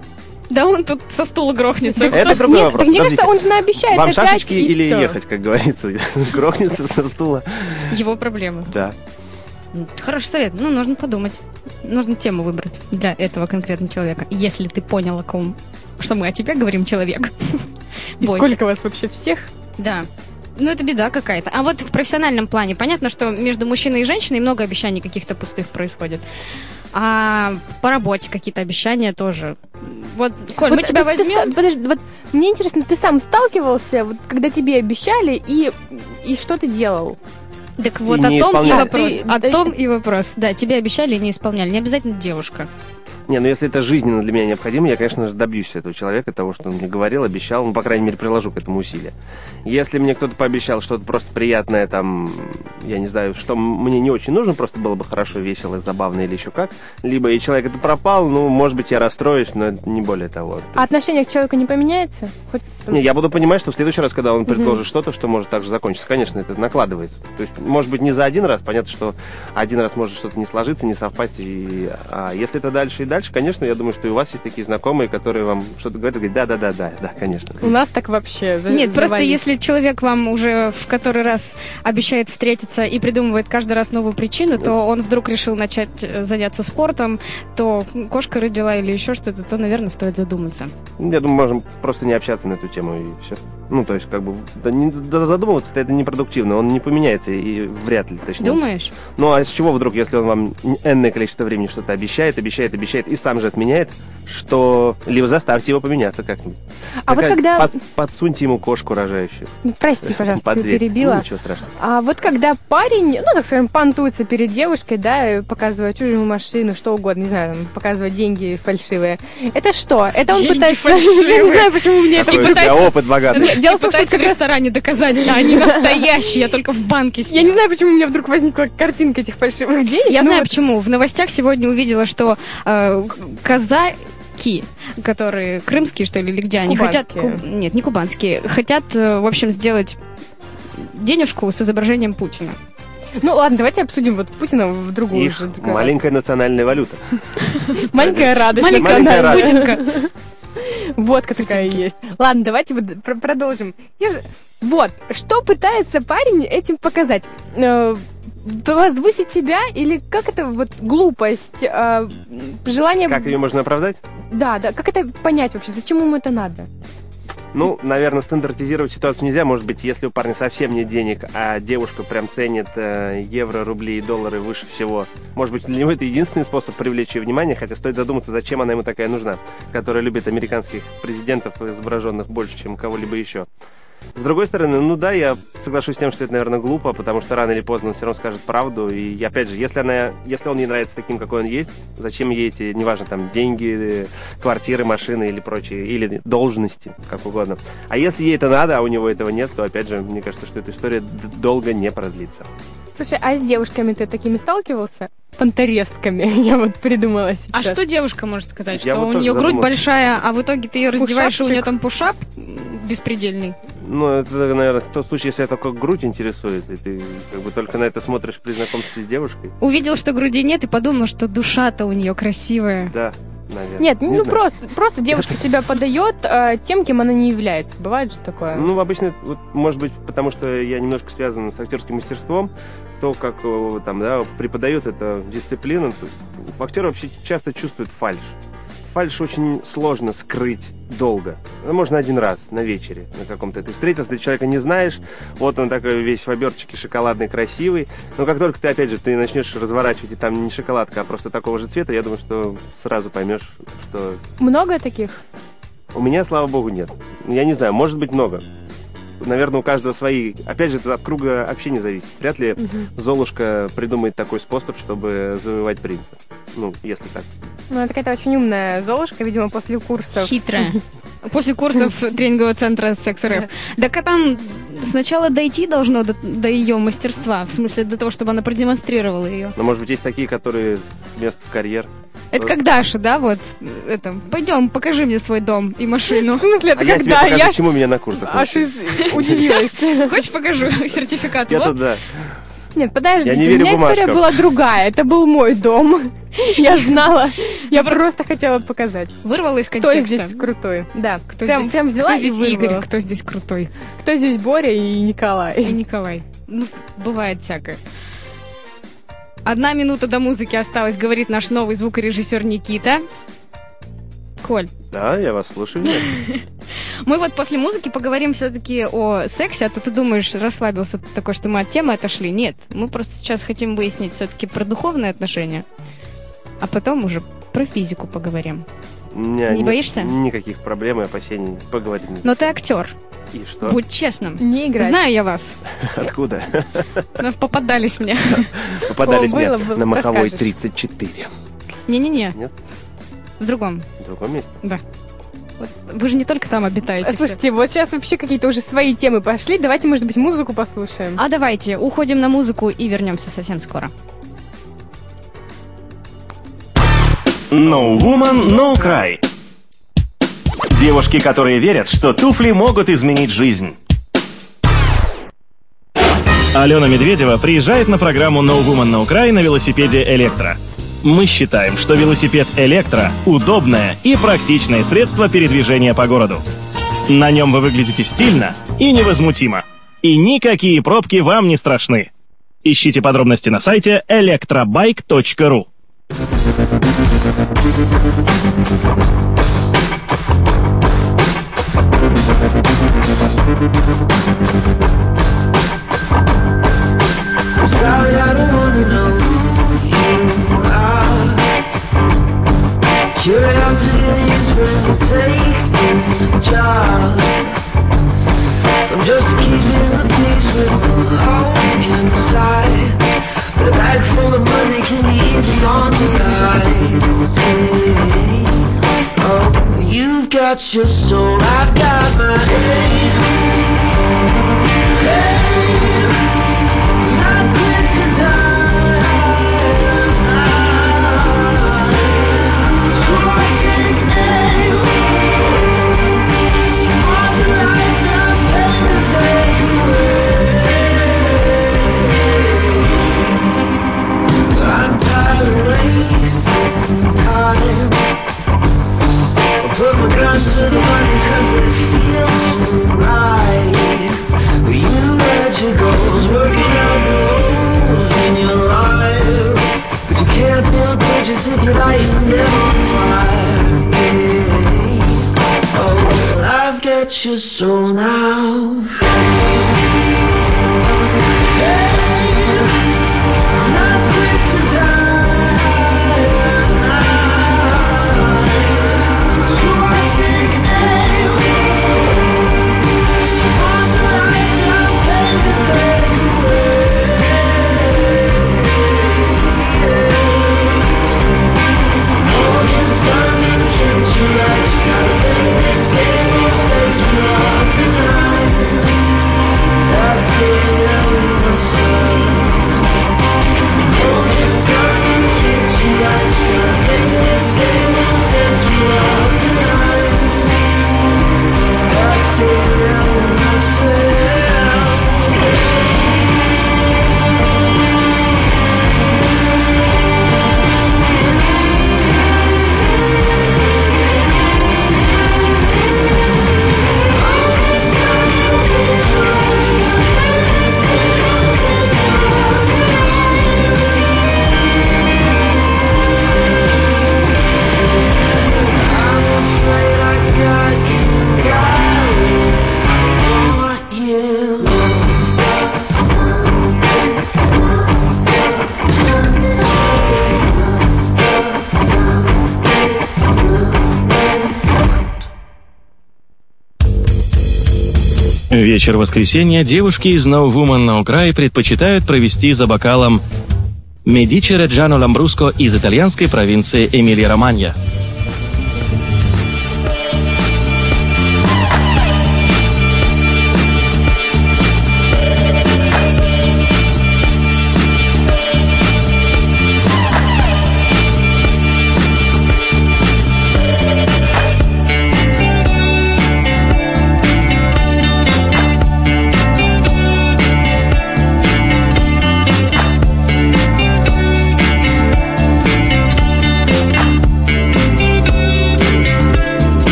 Да он тут со стула грохнется. Это другой вопрос. Так мне кажется, он же наобещает вам опять, шашечки и или всё. ехать, как говорится. Грохнется со стула. Его проблемы. Да. Хороший совет. Ну, нужно подумать. Нужно тему выбрать для этого конкретного человека. Если ты понял, о ком... Что мы о тебе говорим, человек. И сколько вас вообще всех? Да. Ну, это беда какая-то. А вот в профессиональном плане понятно, что между мужчиной и женщиной много обещаний каких-то пустых происходит. А по работе какие-то обещания тоже. Вот, Коль, мы тебя возьмем. Подожди, вот мне интересно, ты сам сталкивался, вот, когда тебе обещали, и что ты делал? Так вот, И не о том и исполнял. вопрос. О том и вопрос. Да, тебе обещали и не исполняли. Не обязательно девушка. Не, ну если это жизненно для меня необходимо, я, конечно же, добьюсь этого человека, того, что он мне говорил, обещал, ну, по крайней мере, приложу к этому усилия. Если мне кто-то пообещал что-то просто приятное, там, я не знаю, что мне не очень нужно, просто было бы хорошо, весело, забавно или еще как, либо и человек это пропал, ну, может быть, я расстроюсь, но это не более того. А отношение к человеку не поменяется? Не, я буду понимать, что в следующий раз, когда он предложит что-то, что может также закончиться, конечно, это накладывается. То есть, может быть, не за один раз, понятно, что один раз может что-то не сложиться, не совпасть, а если это дальше и дальше, конечно, я думаю, что и у вас есть такие знакомые, которые вам что-то говорят, и говорят, да, конечно. У нас так вообще Нет, просто если человек вам уже в который раз обещает встретиться и придумывает каждый раз новую причину, то он вдруг решил начать заняться спортом, то кошка родила или еще что-то, то, наверное, стоит задуматься. Я думаю, можем просто не общаться на эту тему и все. Ну, то есть, как бы, задумываться-то это непродуктивно, он не поменяется и вряд ли, точнее. Думаешь? Ну, а с чего вдруг, если он вам энное количество времени что-то обещает и сам же отменяет, что либо заставьте его поменяться как-нибудь. А вот когда... Подсуньте ему кошку рожающую. Прости, пожалуйста, я перебила. Ну, ничего страшного. А вот когда парень, ну, так скажем, понтуется перед девушкой, да, показывая чужую машину, что угодно, не знаю, там, показывая деньги фальшивые, это что? Это он пытается... Я не знаю, почему мне это пытается... опыт богатый. Дело в том, что в ресторане доказать, да, они настоящие, я только в банке сняла. Я не знаю, почему у меня вдруг возникла картинка этих фальшивых денег. Я знаю почему. В новостях сегодня увидела, что казаки, которые крымские, что ли, или где они хотят... Нет, не кубанские. Хотят, в общем, сделать денежку с изображением Путина. Ну ладно, давайте обсудим вот Путина в другую их же. Маленькая национальная валюта. Маленькая радость. Маленькая радость. Путинка. Водка такая есть. Ладно, давайте продолжим. Вот, что пытается парень этим показать? Возвысить себя или как это вот глупость, желание... Как ее можно оправдать? Да, как это понять вообще? Зачем ему это надо? Ну, наверное, стандартизировать ситуацию нельзя. Может быть, если у парня совсем нет денег, а девушка прям ценит евро, рубли и доллары выше всего. Может быть, для него это единственный способ привлечь ее внимание, хотя стоит задуматься, зачем она ему такая нужна, которая любит американских президентов, изображенных больше, чем кого-либо еще. С другой стороны, ну да, я соглашусь с тем, что это, наверное, глупо, потому что рано или поздно он все равно скажет правду. И опять же, если он ей нравится таким, какой он есть, зачем ей эти, неважно, там, деньги, квартиры, машины или прочие, или должности, как угодно. А если ей это надо, а у него этого нет, то, опять же, мне кажется, что эта история долго не продлится. Слушай, а с девушками ты такими сталкивался? Понторезками, я вот придумала сейчас. А что девушка может сказать? Я что вот у нее грудь задумался. большая, а в итоге ты ее раздеваешь, и у Пушапчик. нее там пушап беспредельный? Ну, это, наверное, в том случае, если только грудь интересует, и ты как бы только на это смотришь при знакомстве с девушкой. Увидел, что груди нет, и подумал, что душа-то у нее красивая. Да, наверное. Нет, Не ну знаю. просто девушка себя подает тем, кем она не является. Бывает же такое. Ну, обычно, вот, может быть, потому что я немножко связан с актерским мастерством, то, как там, да, преподают эту дисциплину, актер вообще часто чувствует фальшь. Фальшь очень сложно скрыть долго. Ну, можно один раз на вечере на каком-то. Ты встретился, ты человека не знаешь, вот он такой весь в оберточке шоколадный, красивый. Но как только ты, опять же, ты начнешь разворачивать, и там не шоколадка, а просто такого же цвета, я думаю, что сразу поймешь, что... Много таких? У меня, слава богу, нет. Я не знаю, может быть, много. Наверное, у каждого свои. Опять же, это от круга общения зависит. Вряд ли Золушка придумает такой способ, чтобы завоевать принца. Ну, если так. Ну, это какая-то очень умная Золушка, видимо, после курсов. Хитрая. После курсов тренингового центра Секс.РФ. Так а там сначала дойти должно до ее мастерства, в смысле до того, чтобы она продемонстрировала ее. Но, может быть, есть такие, которые с места в карьер. Это как Даша, да, вот, это, пойдем, покажи мне свой дом и машину. В смысле, это А я тебе когда? покажу, Я чему меня на курсах аж учат. удивилась. Хочешь, покажу сертификат? Я Вот. тут, да. Нет, подождите, Я не у верю меня история бумажкам. была другая. Это был мой дом. Я знала. Я просто хотела показать. Вырвала из Кто контекста. здесь крутой? Да. Кто Прям взяла кто и здесь вырвала. Игорь, кто здесь крутой? Кто здесь Боря и Николай? И Николай. Ну, бывает всякое. 1 минута до музыки осталось, говорит наш новый звукорежиссер Никита. Коль, Да, я вас слушаю. мы вот после музыки поговорим все-таки о сексе, а то ты думаешь, расслабился ты такой, что мы от темы отошли. Нет, мы просто сейчас хотим выяснить все-таки про духовные отношения, а потом уже про физику поговорим. У меня Не нет боишься? никаких проблем и опасений. Поговорить не. Но ты актер, И что? будь честным. Не играть. Знаю я вас, Откуда? но попадались мне. Попадались О, мне было, на Маховой расскажешь. 34. Не-не-не. Нет? В другом. В другом месте? Да. Вот вы же не только там обитаете. Слушайте, вот сейчас вообще какие-то уже свои темы пошли. Давайте, может быть, музыку послушаем. А давайте, уходим на музыку и вернемся совсем скоро. No Woman, No Cry. Девушки, которые верят, что туфли могут изменить жизнь. Алена Медведева приезжает на программу No Woman, No Cry на велосипеде «Электро». Мы считаем, что велосипед «Электро» — удобное и практичное средство передвижения по городу. На нем вы выглядите стильно и невозмутимо. И никакие пробки вам не страшны. Ищите подробности на сайте electrobike.ru. Sorry, I don't wanna know who you are. Curiosity leads where we'll take this job. I'm just keeping the peace with my heart inside. But a bag full of money can be easy on the eyes. Hey, oh, you've got your soul, I've got my aim. Hey. Put my gun to the money 'cause it feels so right. You had your goals, working out the holes in your life, but you can't build bridges if you're lighting them on fire. Yeah. Oh, well, I've got your soul now. Hey, I'm not quick to die. Вечер воскресенья девушки из No Woman, No Cry предпочитают провести за бокалом Медичи Реджано Ламбруско из итальянской провинции Эмилия-Романья.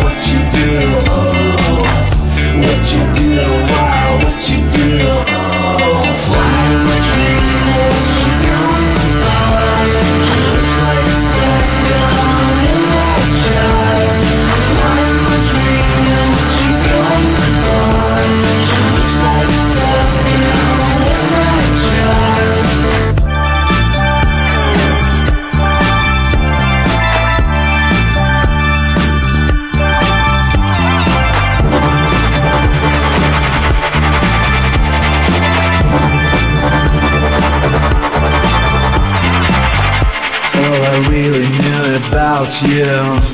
What you do, about you.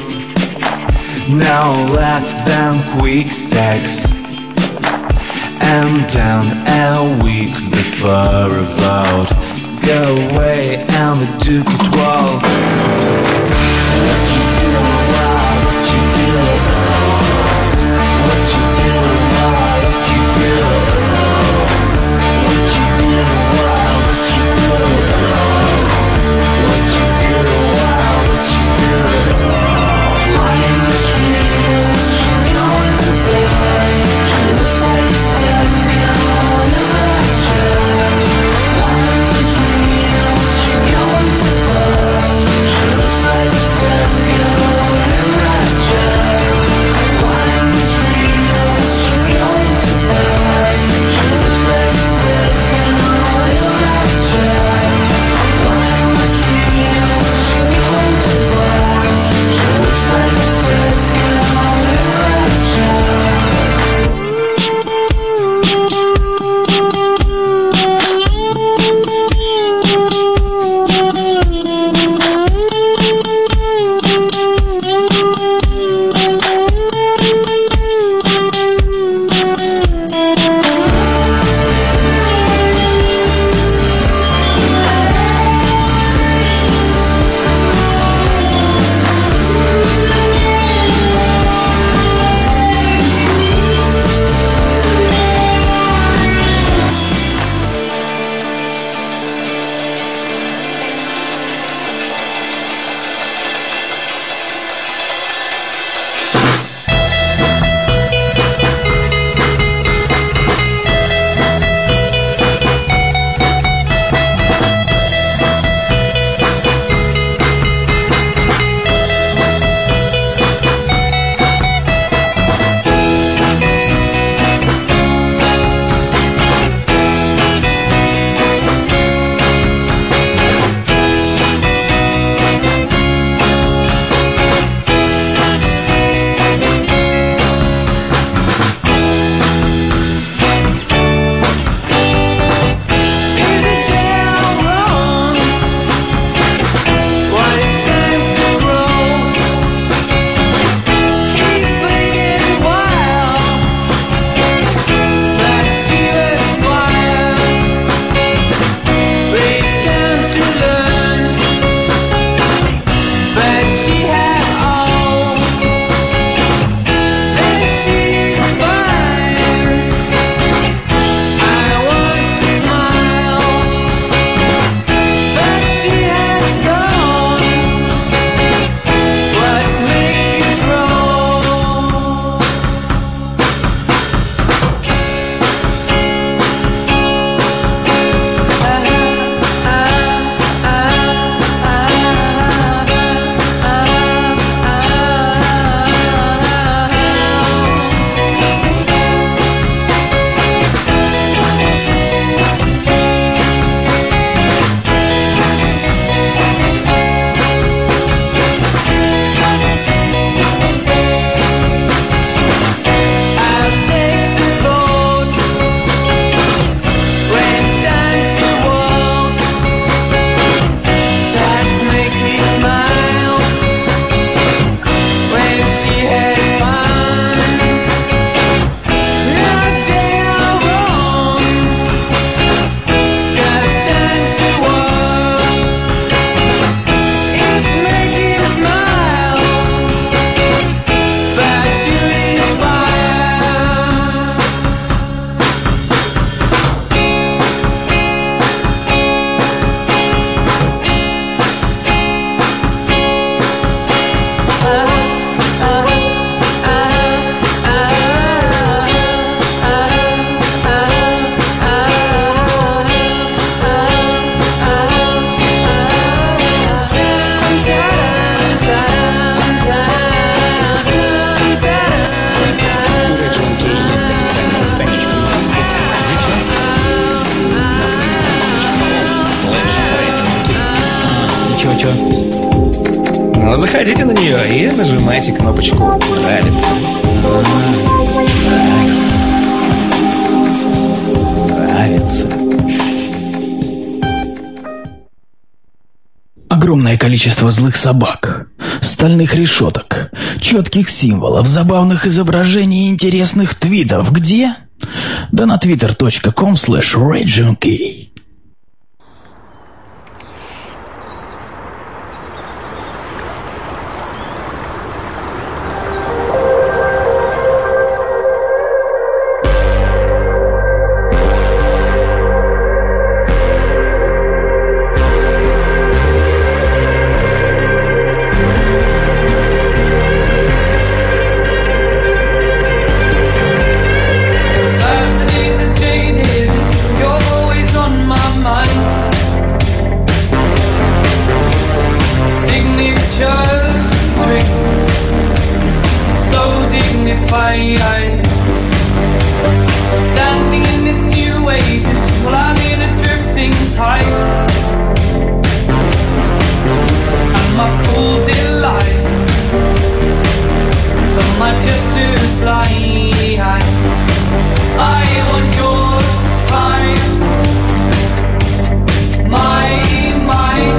No less than quick sex, and then a week before a vote. Go away and the Duke it walk. What you do, what you do, what you do, what you do, what you do, what you do, what you do, what you do. Flying the trees, going to bed, just like a second on a rapture. Flying the trees, going to bed, just like a second on a rapture. Flying the trees, going to bed, just like a second on a rapture. Flying the trees, going to bed, just like a second on a rapture. Но заходите на нее и нажимайте кнопочку «Нравится». Нравится. Огромное количество злых собак стальных решеток, четких символов, забавных изображений и интересных твитов. Где? Да на twitter.com/RadioNK. Saturdays are jaded, you're always on my mind. Signature drink, so dignified. Standing in this new age, well I'm in a drifting tide. And my cool delight, but my gestures blind. I want your time, my mind.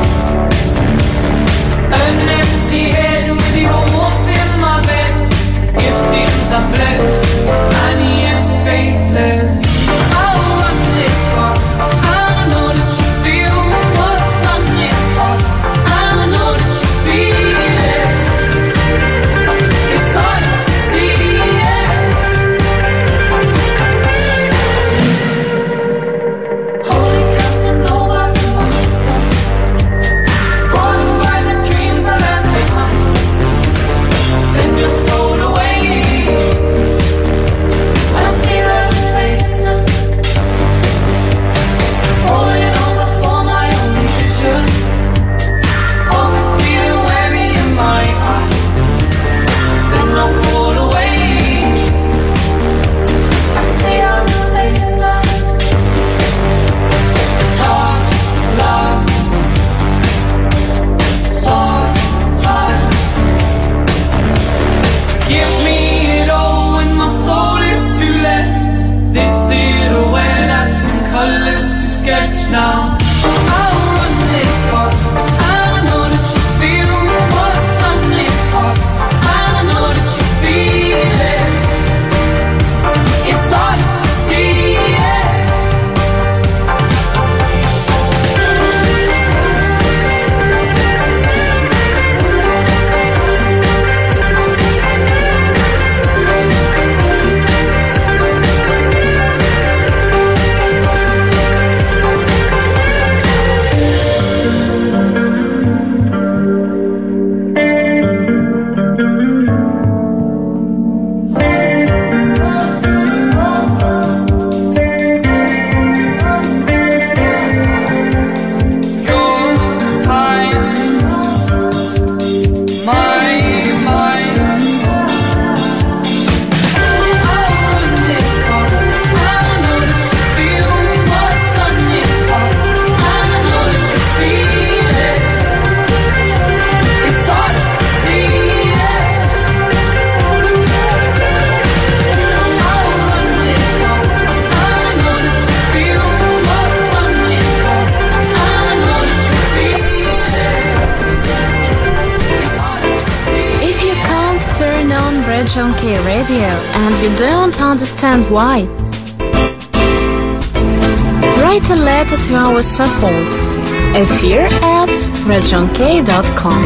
An empty head with your warmth in my bed. It seems I'm left and yet faithless. I'll run this fast. I know that you feel what's done this fast. I know that you feel it. It's hard to see it. Holy Casanova, my sister. Born by the dreams I left behind. Then you're stowed away. When I see that face now, rolling over for my only vision. Focus feeling weary in my eye. Then I'll fall away. I see how the space now. Talk, love, soft time. Give me it all when my soul is to let this silhouette add some colors to sketch now. I'll run this part. I know that you feel what's done this part. I know that you feel it. It's hard to see it. Your time, my mind. I'll run this part. I know that you feel what's done this part. I know that you feel it. It's hard to see it. I'll run this part. I know that you feel what's done this part. I know that you feel it. It's hard to see. If you can't turn on RadioNK Radio and you don't understand why, write a letter to our support, affair@radionk.com.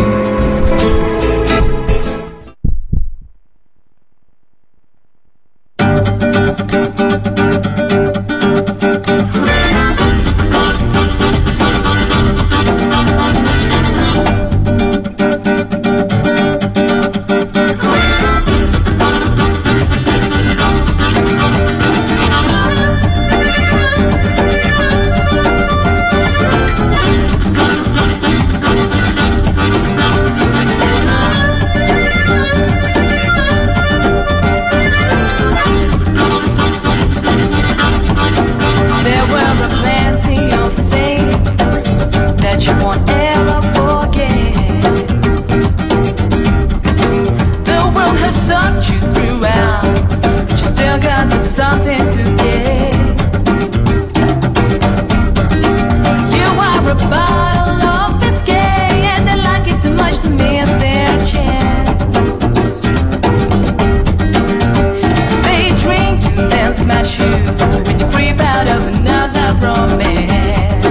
romance.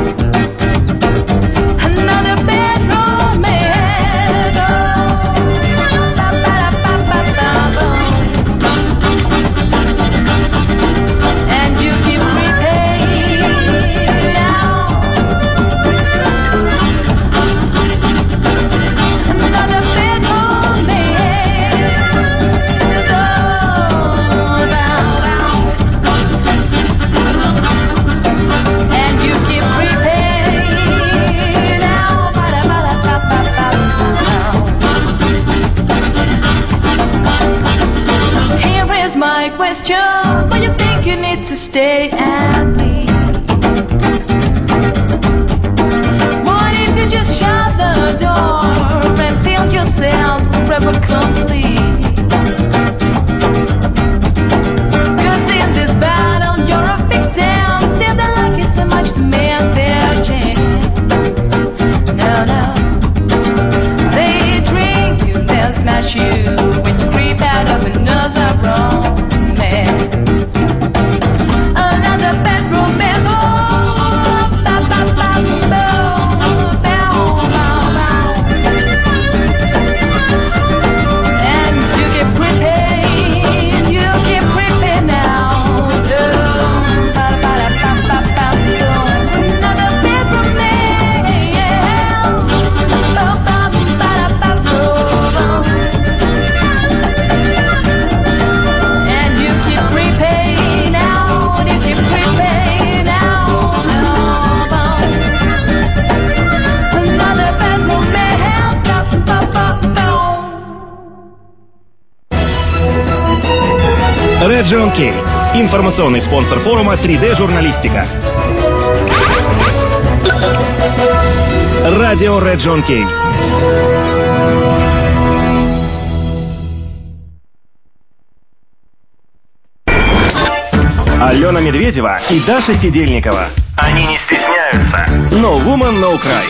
Another bad romance. Oh, ba-ba-da-ba-ba-ba-ba. And you keep repaying now. Another bad romance. Oh, and you keep repaying now. Here is my question: do you think you need to stay and leave? What if you just shut the door and feel yourself forever complete? 'Cause in this battle you're a victim. Still they like it too much to miss their chance. No, no. They drink you, they'll smash you when you creep out of another romance. Another bad romance. Oh, ba ba ba ba, bow bow bow. And you get prepaid, now. Oh, ba ba da ba ba ba. Another bad romance. Oh, ba ba da ba ba. And you keep prepaid now. You keep prepaid now. Another bad romance. Ba ba ba ba. Region K. Информационный спонсор форума 3D-журналистика. Радио Region K. Алена Медведева и Даша Сидельникова. Они не стесняются. No Woman, No Cry.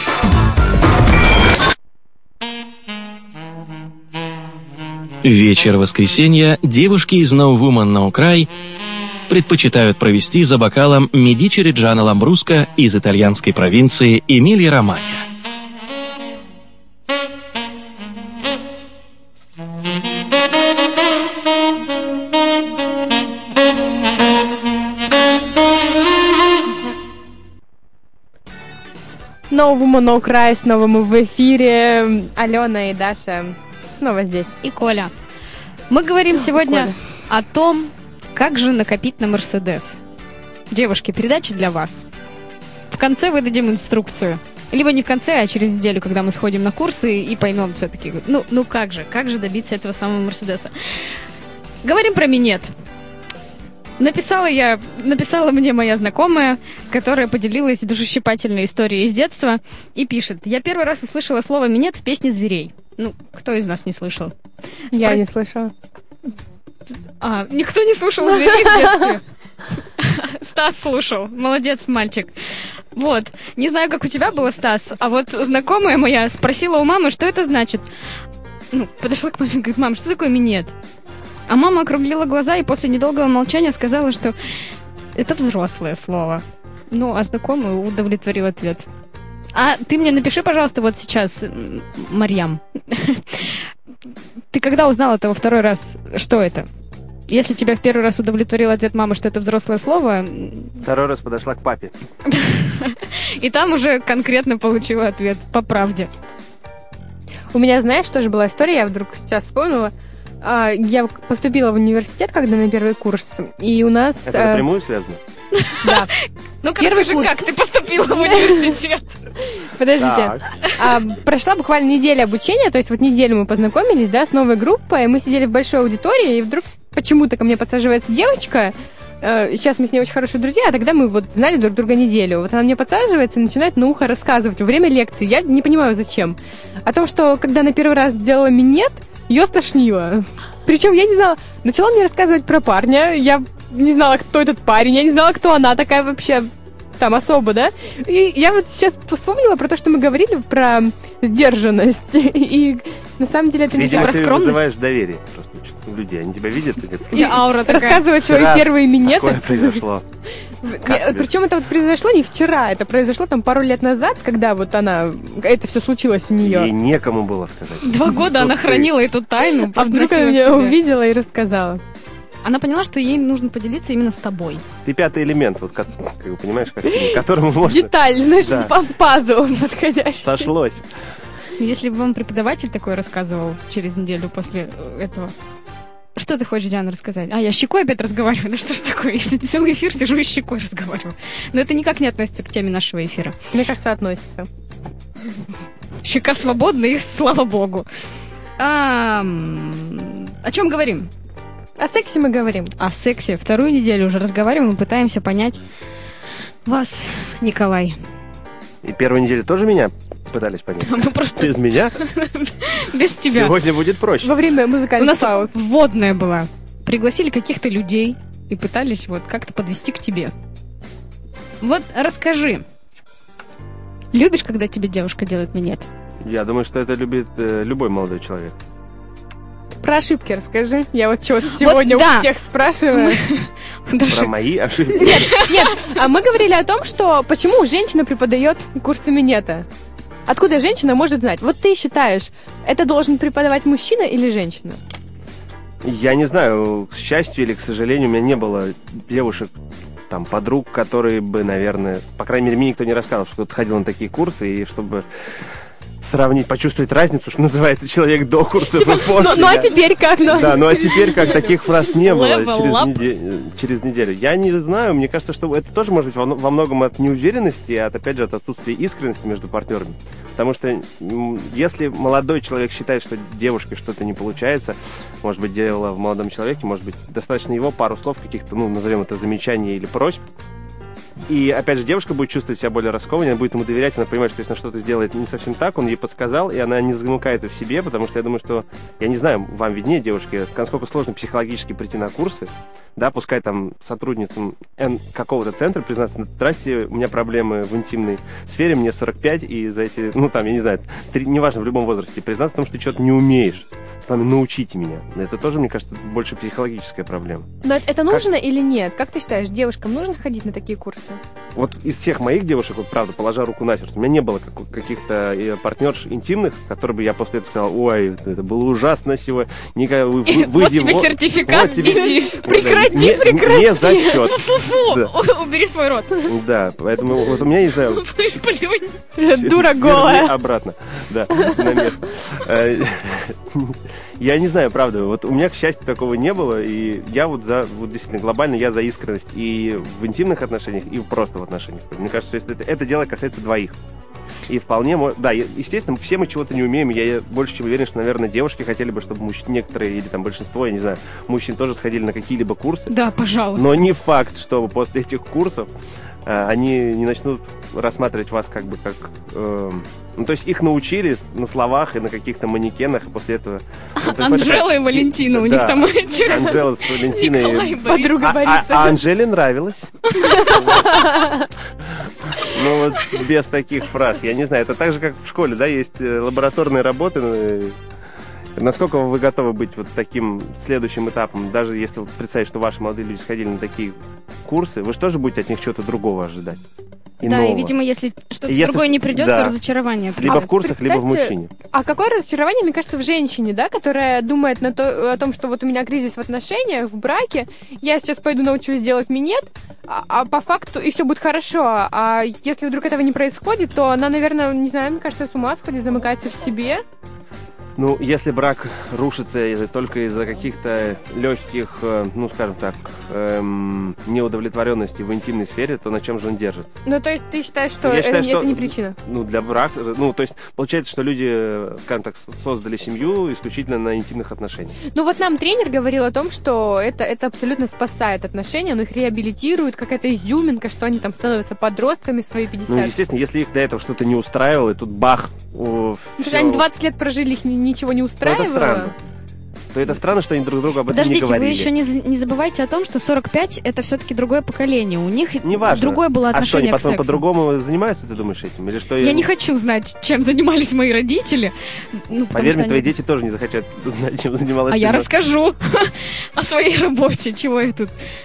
Вечер воскресенья девушки из No Woman, No Cry предпочитают провести за бокалом Медичи Реджано Ламбруско из итальянской провинции Эмилия-Романья. No Woman, No Cry, снова мы в эфире. Алена и Даша снова здесь. И Коля. Мы говорим сегодня о том, как же накопить на Мерседес. Девушки, передача для вас. В конце выдадим инструкцию. Либо не в конце, а через неделю, когда мы сходим на курсы и поймем все-таки, ну как же добиться этого самого Мерседеса. Говорим про минет. Написала мне моя знакомая, которая поделилась душещипательной историей из детства, и пишет: я первый раз услышала слово «минет» в песне «Зверей». Ну, кто из нас не слышал? Я не слышала. Никто не слушал «Зверей» в детстве? Стас слушал. Молодец, мальчик. Вот. Не знаю, как у тебя было, Стас, а вот знакомая моя спросила у мамы, что это значит. Подошла к маме и говорит: мам, что такое минет? А мама округлила глаза и после недолгого молчания сказала, что это взрослое слово. А знакомый удовлетворил ответ. А ты мне напиши, пожалуйста, вот сейчас, Марьям. Ты когда узнала это во второй раз? Что это? Если тебя в первый раз удовлетворил ответ мамы, что это взрослое слово... Второй раз подошла к папе. И там уже конкретно получила ответ по правде. У меня, знаешь, тоже была история, я вдруг сейчас вспомнила. Я поступила в университет, когда на первый курс, и у нас... Это напрямую связано? Да. Ну-ка расскажи, как ты поступила в университет? Подождите. Прошла буквально неделя обучения, то есть вот неделю мы познакомились, да, с новой группой, мы сидели в большой аудитории, и вдруг почему-то ко мне подсаживается девочка. Сейчас мы с ней очень хорошие друзья, а тогда мы вот знали друг друга неделю. Вот она мне подсаживается и начинает на ухо рассказывать во время лекции. Я не понимаю, зачем. О том, что когда она первый раз делала минет, ее стошнило. Причем я не знала... Начала мне рассказывать про парня. Я не знала, кто этот парень. Я не знала, кто она такая вообще там особо, да? И я вот сейчас вспомнила про то, что мы говорили про сдержанность. И на самом деле это не про скромность. Ты вызываешь доверие просто у людей. Они тебя видят и говорят: и аура такая. Рассказывать свои первые минеты. Такое произошло. Причем это вот произошло не вчера, это произошло там пару лет назад, когда вот это все случилось у нее. Ей некому было сказать. 2 года она хранила эту тайну. А вдруг она меня увидела и рассказала. Она поняла, что ей нужно поделиться именно с тобой. Ты 5-й элемент, вот как бы понимаешь, которому можно... Деталь, знаешь, пазл подходящий. Сошлось. Если бы вам преподаватель такой рассказывал через неделю после этого... Что ты хочешь, Диана, рассказать? Я щекой опять разговариваю. Да что ж такое? Если целый эфир сижу и щекой разговариваю. Но это никак не относится к теме нашего эфира. Мне кажется, относится. Щека свободна, и слава богу. О чем говорим? О сексе мы говорим. О сексе. 2-ю неделю уже разговариваем и пытаемся понять вас, Николай. И 1-ю неделю тоже меня пытались понять? Мы просто... Без меня? Без тебя. Сегодня будет проще. Во время музыкальных пауз. У нас вводная была. Пригласили каких-то людей и пытались вот как-то подвести к тебе. Вот расскажи. Любишь, когда тебе девушка делает минет? Я думаю, что это любит любой молодой человек. Про ошибки расскажи. Я вот что-то сегодня у всех спрашиваю. Про мои ошибки? Нет. А мы говорили о том, что почему женщина преподает курсы минета. Откуда женщина может знать? Вот ты считаешь, это должен преподавать мужчина или женщина? Я не знаю, к счастью или к сожалению, у меня не было девушек, там, подруг, которые бы, наверное, по крайней мере, мне никто не рассказывал, что кто-то ходил на такие курсы, и чтобы сравнить, почувствовать разницу, что называется, человек до курсов и после. Ну а теперь как? Да, ну а теперь как? Таких фраз не было через неделю. Я не знаю, мне кажется, что это тоже может быть во многом от неуверенности, опять же, от отсутствия искренности между партнерами. Потому что если молодой человек считает, что девушке что-то не получается, может быть, дело в молодом человеке, может быть, достаточно его пару слов каких-то, назовем это замечаний или просьб. И, опять же, девушка будет чувствовать себя более раскованней, она будет ему доверять, она понимает, что если она что-то сделает не совсем так, он ей подсказал, и она не замыкает это в себе, потому что я думаю, что, я не знаю, вам виднее, девушки, насколько сложно психологически прийти на курсы, да, пускай там сотрудницам какого-то центра признаться, здрасте, у меня проблемы в интимной сфере, мне 45, и за эти, я не знаю, неважно, в любом возрасте, признаться в том, что ты что-то не умеешь. С вами научите меня. Это тоже, мне кажется, больше психологическая проблема. Но это нужно или нет? Как ты считаешь, девушкам нужно ходить на такие курсы? Вот из всех моих девушек, вот правда, положа руку на сердце, у меня не было каких-то партнерш интимных, которые бы я после этого сказал, ой, это было ужасно сегодня. Вот тебе сертификат, иди. Прекрати. Не зачет. Убери свой рот. Да, поэтому вот у меня, не знаю... Дура голая. Обратно, да, на место. Я не знаю, правда, вот у меня, к счастью, такого не было, и я вот действительно глобально я за искренность и в интимных отношениях, и просто в отношениях. Мне кажется, что это дело касается двоих. И вполне, да, естественно, все мы чего-то не умеем, я больше чем уверен, что, наверное, девушки хотели бы, чтобы некоторые, или там большинство, я не знаю, мужчин тоже сходили на какие-либо курсы. Да, пожалуйста. Но не факт, что после этих курсов они не начнут рассматривать вас как бы как... то есть их научили на словах и на каких-то манекенах, и после этого... Анжела и Валентина, у них там эти... Анжела с Валентиной... Подруга Бориса. А Анжеле нравилось. Ну вот без таких фраз. Я не знаю, это так же, как в школе, да, есть лабораторные работы. Насколько вы готовы быть вот таким следующим этапом, даже если представить, что ваши молодые люди сходили на такие курсы, вы же тоже будете от них чего-то другого ожидать? Да, и, видимо, если что-то другое не придет, то разочарование придет. Либо в курсах, либо в мужчине. А какое разочарование, мне кажется, в женщине, да, которая думает о том, что вот у меня кризис в отношениях, в браке, я сейчас пойду научусь делать минет, а по факту и все будет хорошо. А если вдруг этого не происходит, то она, наверное, не знаю, мне кажется, с ума сходит, замыкается в себе. Ну, если брак рушится только из-за каких-то легких, скажем так, неудовлетворенностей в интимной сфере, то на чем же он держится? Ну, то есть ты считаешь, что это не причина? Для брака, то есть получается, что люди, скажем так, создали семью исключительно на интимных отношениях. Ну, вот нам тренер говорил о том, что это абсолютно спасает отношения, он их реабилитирует, какая-то изюминка, что они там становятся подростками в свои 50. Ну, естественно, если их до этого что-то не устраивало, и тут бах, все... Они 20 лет прожили, их ничего не устраивало. То это странно, что они друг другу об этом не говорили. Подождите, вы еще не забывайте о том, что 45 это все-таки другое поколение. У них другое было отношение к сексу. А что, они потом по-другому занимаются, ты думаешь, этим? Или что? Я не хочу знать, чем занимались мои родители. Поверь мне, твои дети тоже не захотят знать, чем занималась ты. А я расскажу о своей работе, чего я тут...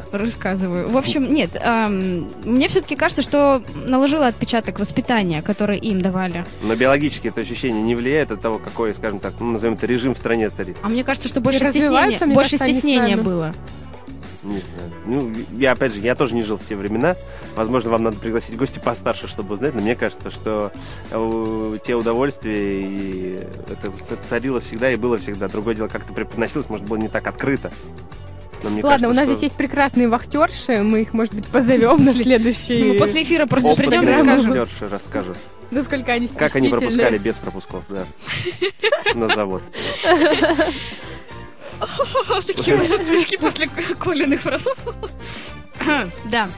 рассказываю. В общем, нет, мне все-таки кажется, что наложила отпечаток воспитания, который им давали. Но биологически это ощущение не влияет от того, какой, скажем так, назовем это, режим в стране царит. А мне кажется, что больше стеснения было. Не знаю. Ну, я, опять же, я тоже не жил в те времена. Возможно, вам надо пригласить гостей постарше, чтобы узнать. Но мне кажется, что те удовольствия, и это царило всегда и было всегда. Другое дело, как-то преподносилось, может, было не так открыто. Но мне Ладно, кажется, у нас что... здесь есть прекрасные вахтерши. Мы их, может быть, позовем на следующий... Мы после эфира просто придем и Опытные скажем. вахтерши расскажут. Насколько они стеснительны. Как они пропускали без пропусков, да, на завод. Такие у нас смешки после Колиных фразов. Да.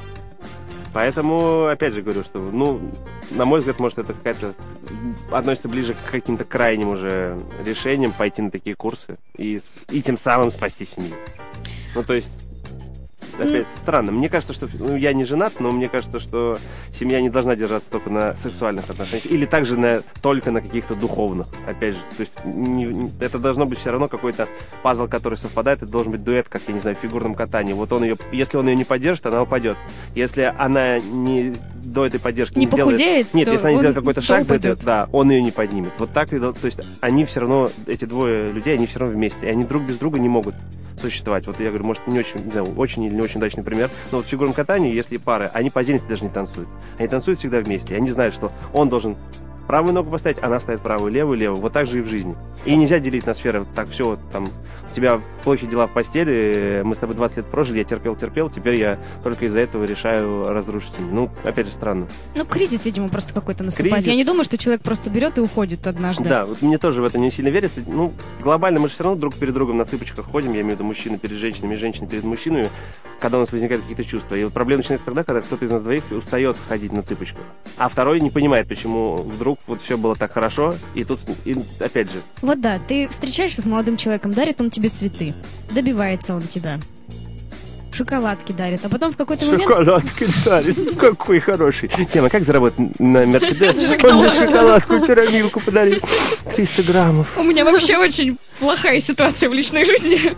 Поэтому, опять же, говорю, что, ну, на мой взгляд, может, это какая-то... относится ближе к каким-то крайним уже решениям пойти на такие курсы и тем самым спасти семью. Ну, то есть... Опять странно. Мне кажется, что... Ну, я не женат, но мне кажется, что семья не должна держаться только на сексуальных отношениях. Или также только на каких-то духовных. Опять же. То есть это должно быть все равно какой-то пазл, который совпадает. Это должен быть дуэт, как, я не знаю, в фигурном катании. Вот он ее... Если он ее не поддержит, она упадет. Если она не до этой поддержки не сделает... похудеет, нет, если она не сделает какой-то шаг, упадет. да, он ее не поднимет. Вот так. То есть они все равно... Эти двое людей, они все равно вместе. И они друг без друга не могут существовать. Вот я говорю, может, не очень, не знаю, очень или не очень удачный пример, но вот в фигурном катании, если пары, они по отдельности даже не танцуют. Они танцуют всегда вместе. И они знают, что он должен правую ногу поставить, она ставит правую, левую. Вот так же и в жизни. И нельзя делить на сферы. Так, все, там, у тебя плохие дела в постели, мы с тобой 20 лет прожили, я терпел, теперь я только из-за этого решаю разрушить семью. Ну, опять же, странно. Ну, кризис, видимо, просто какой-то наступает. Кризис. Я не думаю, что человек просто берет и уходит однажды. Да, вот мне тоже в это не сильно верится. Ну, глобально мы же все равно друг перед другом на цыпочках ходим, я имею в виду мужчины перед женщинами, женщины перед мужчинами, когда у нас возникают какие-то чувства. И вот проблема начинается тогда, когда кто-то из нас двоих устает ходить на цыпочках, а второй не понимает, почему вдруг вот все было так хорошо, и тут, опять же... Вот да, ты встречаешься с молодым человеком, дарит он тебе цветы, добивается он тебя, шоколадки дарит, а потом в какой-то момент... Шоколадки дарит, какой хороший. Тема, как заработать на Мерседес? Он мне шоколадку, вчера Милку подарил, 300 граммов. У меня вообще очень плохая ситуация в личной жизни.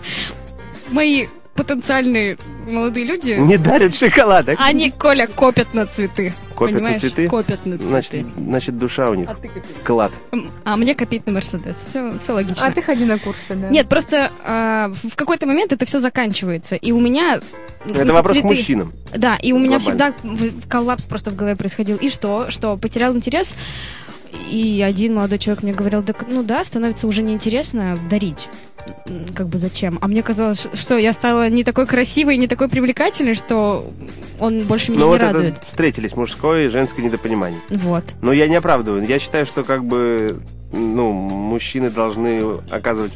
Мои потенциальные молодые люди... Не дарят шоколадок. Они, Коля, копят на цветы. Копят понимаешь? на цветы? Копят на цветы. Значит, душа у них. Клад. А мне копить на Мерседес. Все логично. А ты ходи на курсы, да? Нет, просто в какой-то момент это все заканчивается. И у меня... Это вопрос к мужчинам. Да, и у меня Глобально. всегда коллапс просто в голове происходил. И что? Что, потерял интерес? И один молодой человек мне говорил, да, ну да, становится уже неинтересно дарить. Как бы зачем? А мне казалось, что я стала не такой красивой, не такой привлекательной, что он больше меня не радует. Это встретились мужское и женское недопонимание. Вот. Но я не оправдываю. Я считаю, что как бы, ну, мужчины должны оказывать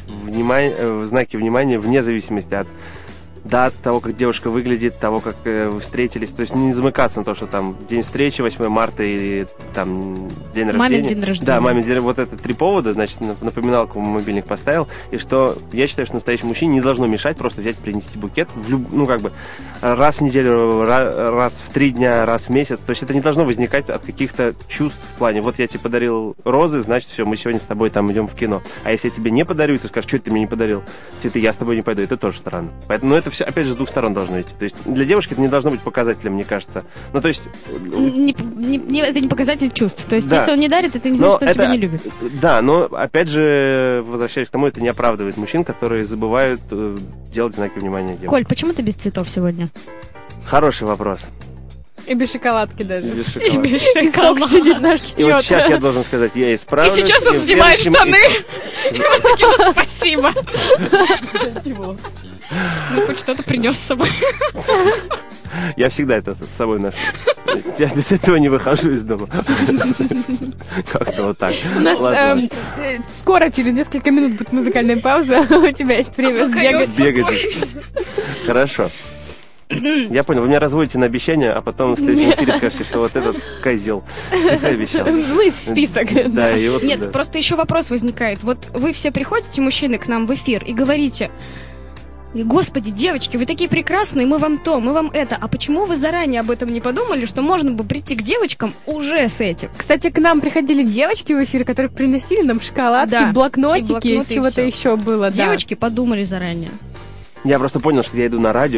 знаки внимания вне зависимости от дат, того, как девушка выглядит, того, как вы встретились. То есть не замыкаться на то, что там день встречи, 8 марта или там день рождения. Мамин день рождения. Да, мамин день. Вот это 3 повода, значит, напоминалку мобильник поставил. И что я считаю, что настоящему мужчине не должно мешать просто взять, принести букет. Ну, как бы, раз в неделю, раз в 3 дня, раз в месяц. То есть это не должно возникать от каких-то чувств в плане. Вот я тебе подарил розы, значит, все, мы сегодня с тобой там идем в кино. А если я тебе не подарю, и ты скажешь, что ты мне не подарил цветы, я с тобой не пойду. Это тоже странно. Поэтому, ну, это все, опять же, с двух сторон должно идти. То есть для девушки это не должно быть показателем, мне кажется. Ну, то есть... Это не показатель чувств. То есть, да. если он не дарит, это не значит, что он тебя не любит. Да, но, опять же, возвращаясь к тому, это не оправдывает мужчин, которые забывают делать знаки внимания девушкам. Коль, почему ты без цветов сегодня? Хороший вопрос. И без шоколадки даже. И без шоколадки. И без шоколада. Сидит наш И вот сейчас я должен сказать, я исправлюсь. И сейчас он снимает штаны. Спасибо. Ну, хоть что-то принес с собой. Я всегда это с собой ношу. Я без этого не выхожу из дома. Как-то вот так. У нас скоро, через несколько минут, будет музыкальная пауза. У тебя есть время сбегать. Хорошо. Я понял, вы меня разводите на обещания, а потом в следующем эфире скажете, что вот этот козел цветы обещал. Ну и в список. Да, и вот нет, да. Просто еще вопрос возникает. Вот вы все приходите, мужчины, к нам в эфир и говорите: Господи, девочки, вы такие прекрасные, мы вам то, мы вам это. А почему вы заранее об этом не подумали, что можно бы прийти к девочкам уже с этим? Кстати, к нам приходили девочки в эфир, которые приносили нам шоколадки, да, блокнотики, чего-то еще было. Девочки подумали заранее. Я просто понял, что я иду на радио,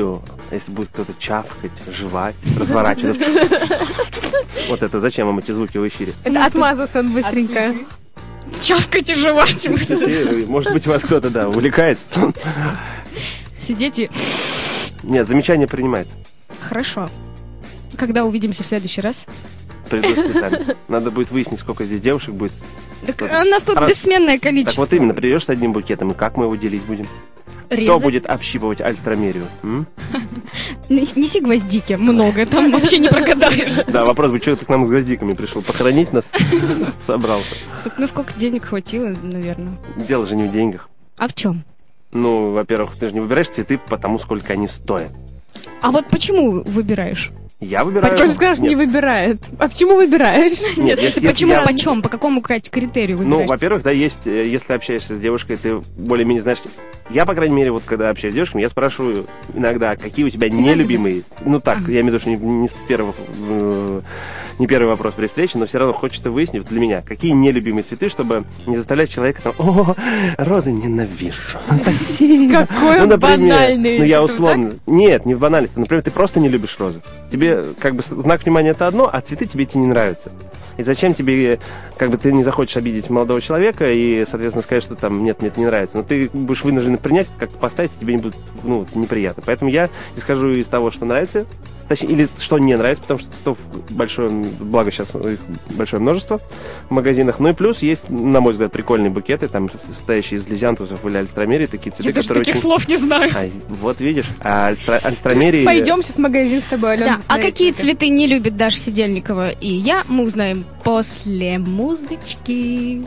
А если будет кто-то чавкать, жевать, разворачиваться. Вот это зачем вам эти звуки в эфире? Это отмазался он быстренько. Чавкать и жевать. Может быть, вас кто-то, да, увлекается. Сидеть и... Нет, замечание принимается. Хорошо. Когда увидимся в следующий раз? Приду с цветами. Надо будет выяснить, сколько здесь девушек будет. Так у нас тут бессменное количество. Так вот именно, придешь с одним букетом, и как мы его делить будем? Резать? Кто будет общипывать альстромерию? Неси гвоздики, много, там вообще не прогадаешь. Да, вопрос бы, что ты к нам с гвоздиками пришел? Похоронить нас? Собрался. Ну, сколько денег хватило, наверное. Дело же не в деньгах. А в чем? Ну, во-первых, ты же не выбираешь цветы потому, сколько они стоят. А вот почему выбираешь? Я выбираю... Почему скажешь, не выбирает? А почему выбираешь? Нет, почему, почем? По какому критерию выбираешь? Ну, во-первых, да, есть, если общаешься с девушкой, ты более-менее знаешь... Я, по крайней мере, вот когда общаюсь с девушками, я спрашиваю иногда, какие у тебя нелюбимые... Ну, так, я имею в виду, что не с первых... Не первый вопрос при встрече, но все равно хочется выяснить для меня, какие нелюбимые цветы, чтобы не заставлять человека там, о, розы ненавижу. Спасибо. Какой он банальный. Ну, я условно... Нет, не в банальности. Например, ты просто не любишь розы. Тебе, как бы, знак внимания это одно, а цветы тебе эти не нравятся. И зачем тебе, как бы, ты не захочешь обидеть молодого человека и, соответственно, сказать, что там, нет, мне это не нравится. Но ты будешь вынужден принять, как-то поставить, и тебе не будет, ну, неприятно. Поэтому я исхожу из того, что нравится, точнее, или что не нравится, потому что цветов большое, благо сейчас их большое множество в магазинах. Ну и плюс есть, на мой взгляд, прикольные букеты, там, состоящие из лизиантусов или альстромерии, такие цветы, я которые таких очень... слов не знаю. Вот видишь, а альстромерии... Пойдем сейчас в магазин с тобой, Алена. Да. А какие цветы не любит Даша Сидельникова и я, мы узнаем после музычки.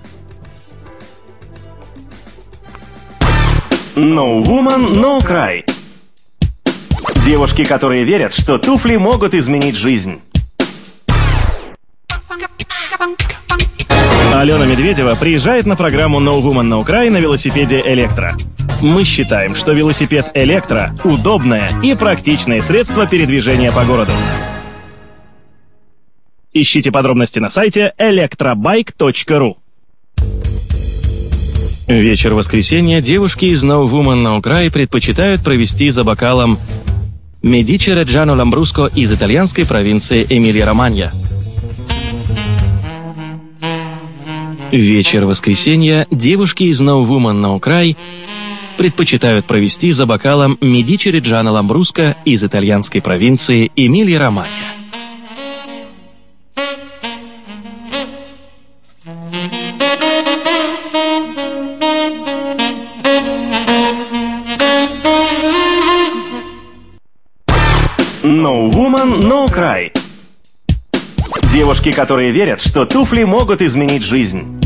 No Woman, No Cry. Девушки, которые верят, что туфли могут изменить жизнь. Алена Медведева приезжает на программу No Woman, No Cry на велосипеде «Электро». Мы считаем, что велосипед «Электро» – удобное и практичное средство передвижения по городу. Ищите подробности на сайте electrobike.ru. Вечер воскресенья девушки из No Woman, No Cry предпочитают провести за бокалом Медичи Реджано Ламбруско из итальянской провинции Эмилия-Романья. Вечер воскресенья девушки из No Woman, No Cry предпочитают провести за бокалом Медичи Реджано Ламбруско из итальянской провинции Эмилия-Романья. No Woman, No Cry. Девушки, которые верят, что туфли могут изменить жизнь.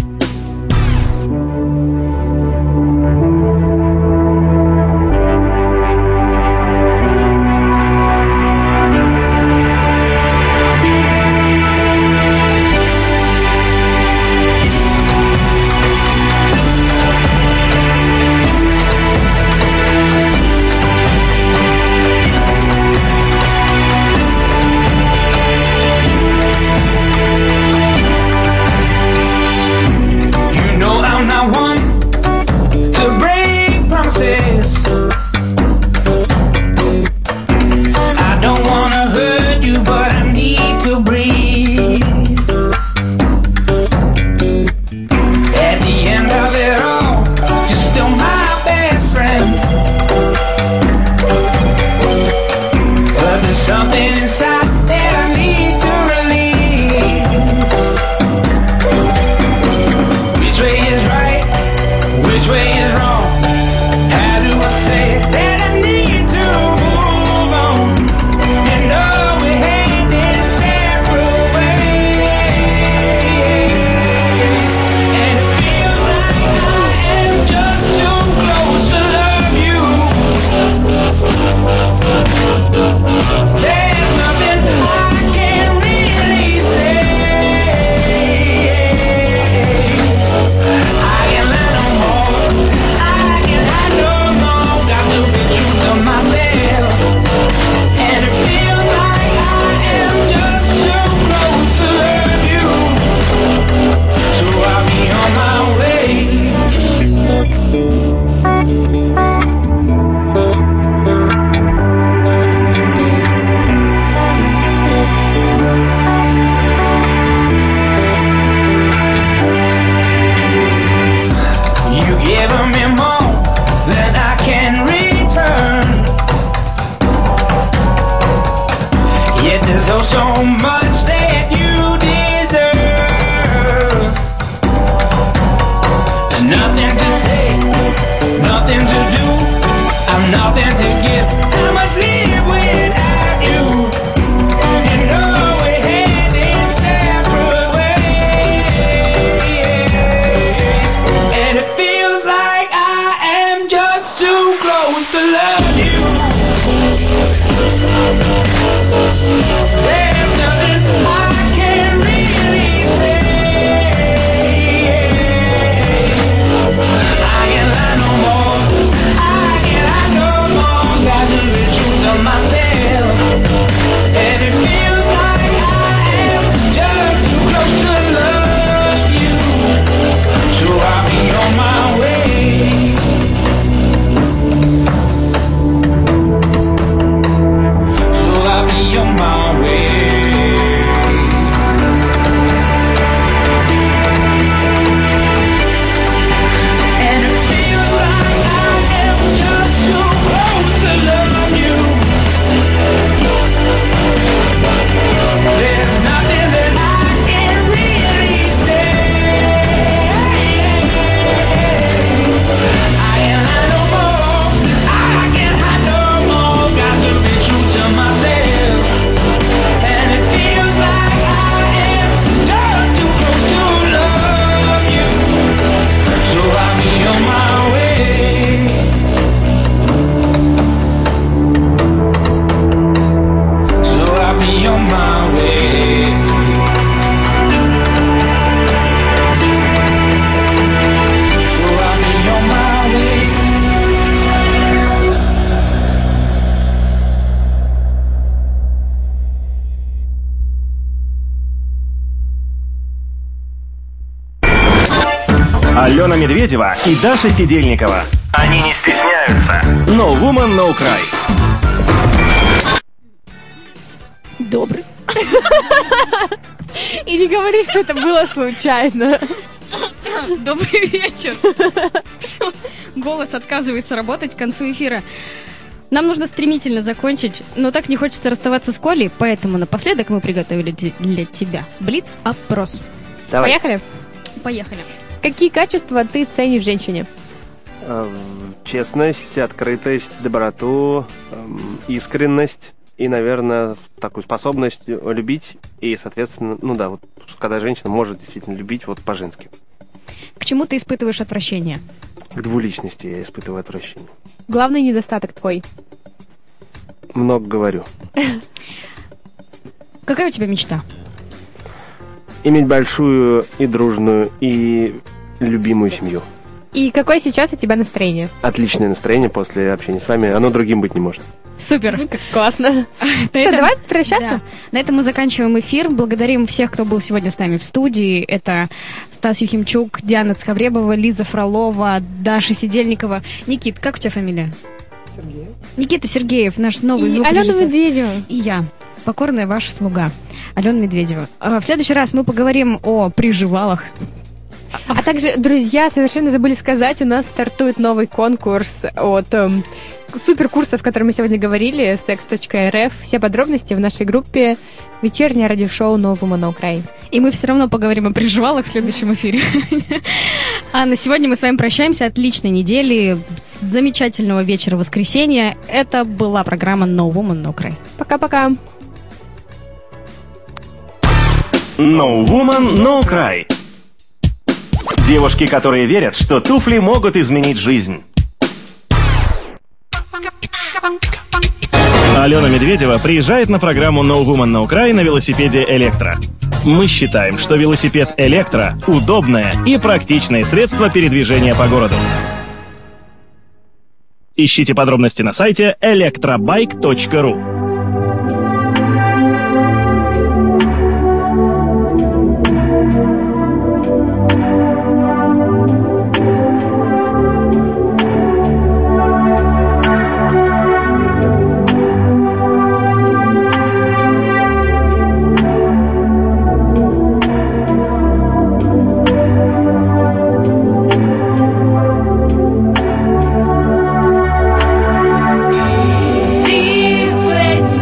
There's oh so much that you deserve. Nothing to say, nothing to do. I'm nothing to give. I must live without you. And know we're heading separate ways. And it feels like I am just too close to love you. There's nothing I can really say. I can't lie no more. I can't lie no more. Got to be true to myself. And it feels like I am just too close to love you. So I'll be on my way. So I'll be on my way. And it feels like I am just too close to love you. There's nothing that I can really say. I can't hide no more. I can't hide no more. Got to be true to myself. And it feels like I am just too close to love you. So I'll be on my way. So I'll be on my way. So I'll be on my way. Алена Медведева и Даша Сидельникова. Они не стесняются. No Woman, No Cry. Добрый. И не говори, что это было случайно. Добрый вечер. Всё, голос отказывается работать к концу эфира. Нам нужно стремительно закончить, но так не хочется расставаться с Колей, поэтому напоследок мы приготовили для тебя блиц-опрос. Давай. Поехали? Поехали. Какие качества ты ценишь в женщине? Честность, открытость, доброту, искренность и, наверное, такую способность любить. И, соответственно, ну да, вот когда женщина может действительно любить вот по-женски. К чему ты испытываешь отвращение? К двуличности я испытываю отвращение. Главный недостаток твой? Много говорю. Какая у тебя мечта? Иметь большую и дружную и любимую семью. И какое сейчас у тебя настроение? Отличное настроение после общения с вами. Оно другим быть не может. Супер. Как классно. Что, давай прощаться? Да. На этом мы заканчиваем эфир. Благодарим всех, кто был сегодня с нами в студии. Это Стас Юхимчук, Диана Цхавребова, Лиза Фролова, Даша Сидельникова. Никит, как у тебя фамилия? Сергеев. Никита Сергеев, наш новый звукорежиссер. Алена Медведева. И я, покорная ваша слуга, Алена Медведева. В следующий раз мы поговорим о приживалах. А также, друзья, совершенно забыли сказать, у нас стартует новый конкурс от суперкурсов, о котором мы сегодня говорили, sex.rf. Все подробности в нашей группе «Вечернее радиошоу No Woman No Cry». И мы все равно поговорим о приживалах в следующем эфире. А на сегодня мы с вами прощаемся. Отличной недели, замечательного вечера воскресенья. Это была программа No Woman No Cry. Пока-пока. No Woman, No Cry. Девушки, которые верят, что туфли могут изменить жизнь. Алена Медведева приезжает на программу No Woman No Cry на велосипеде «Электро». Мы считаем, что велосипед «Электро» – удобное и практичное средство передвижения по городу. Ищите подробности на сайте electrobike.ru.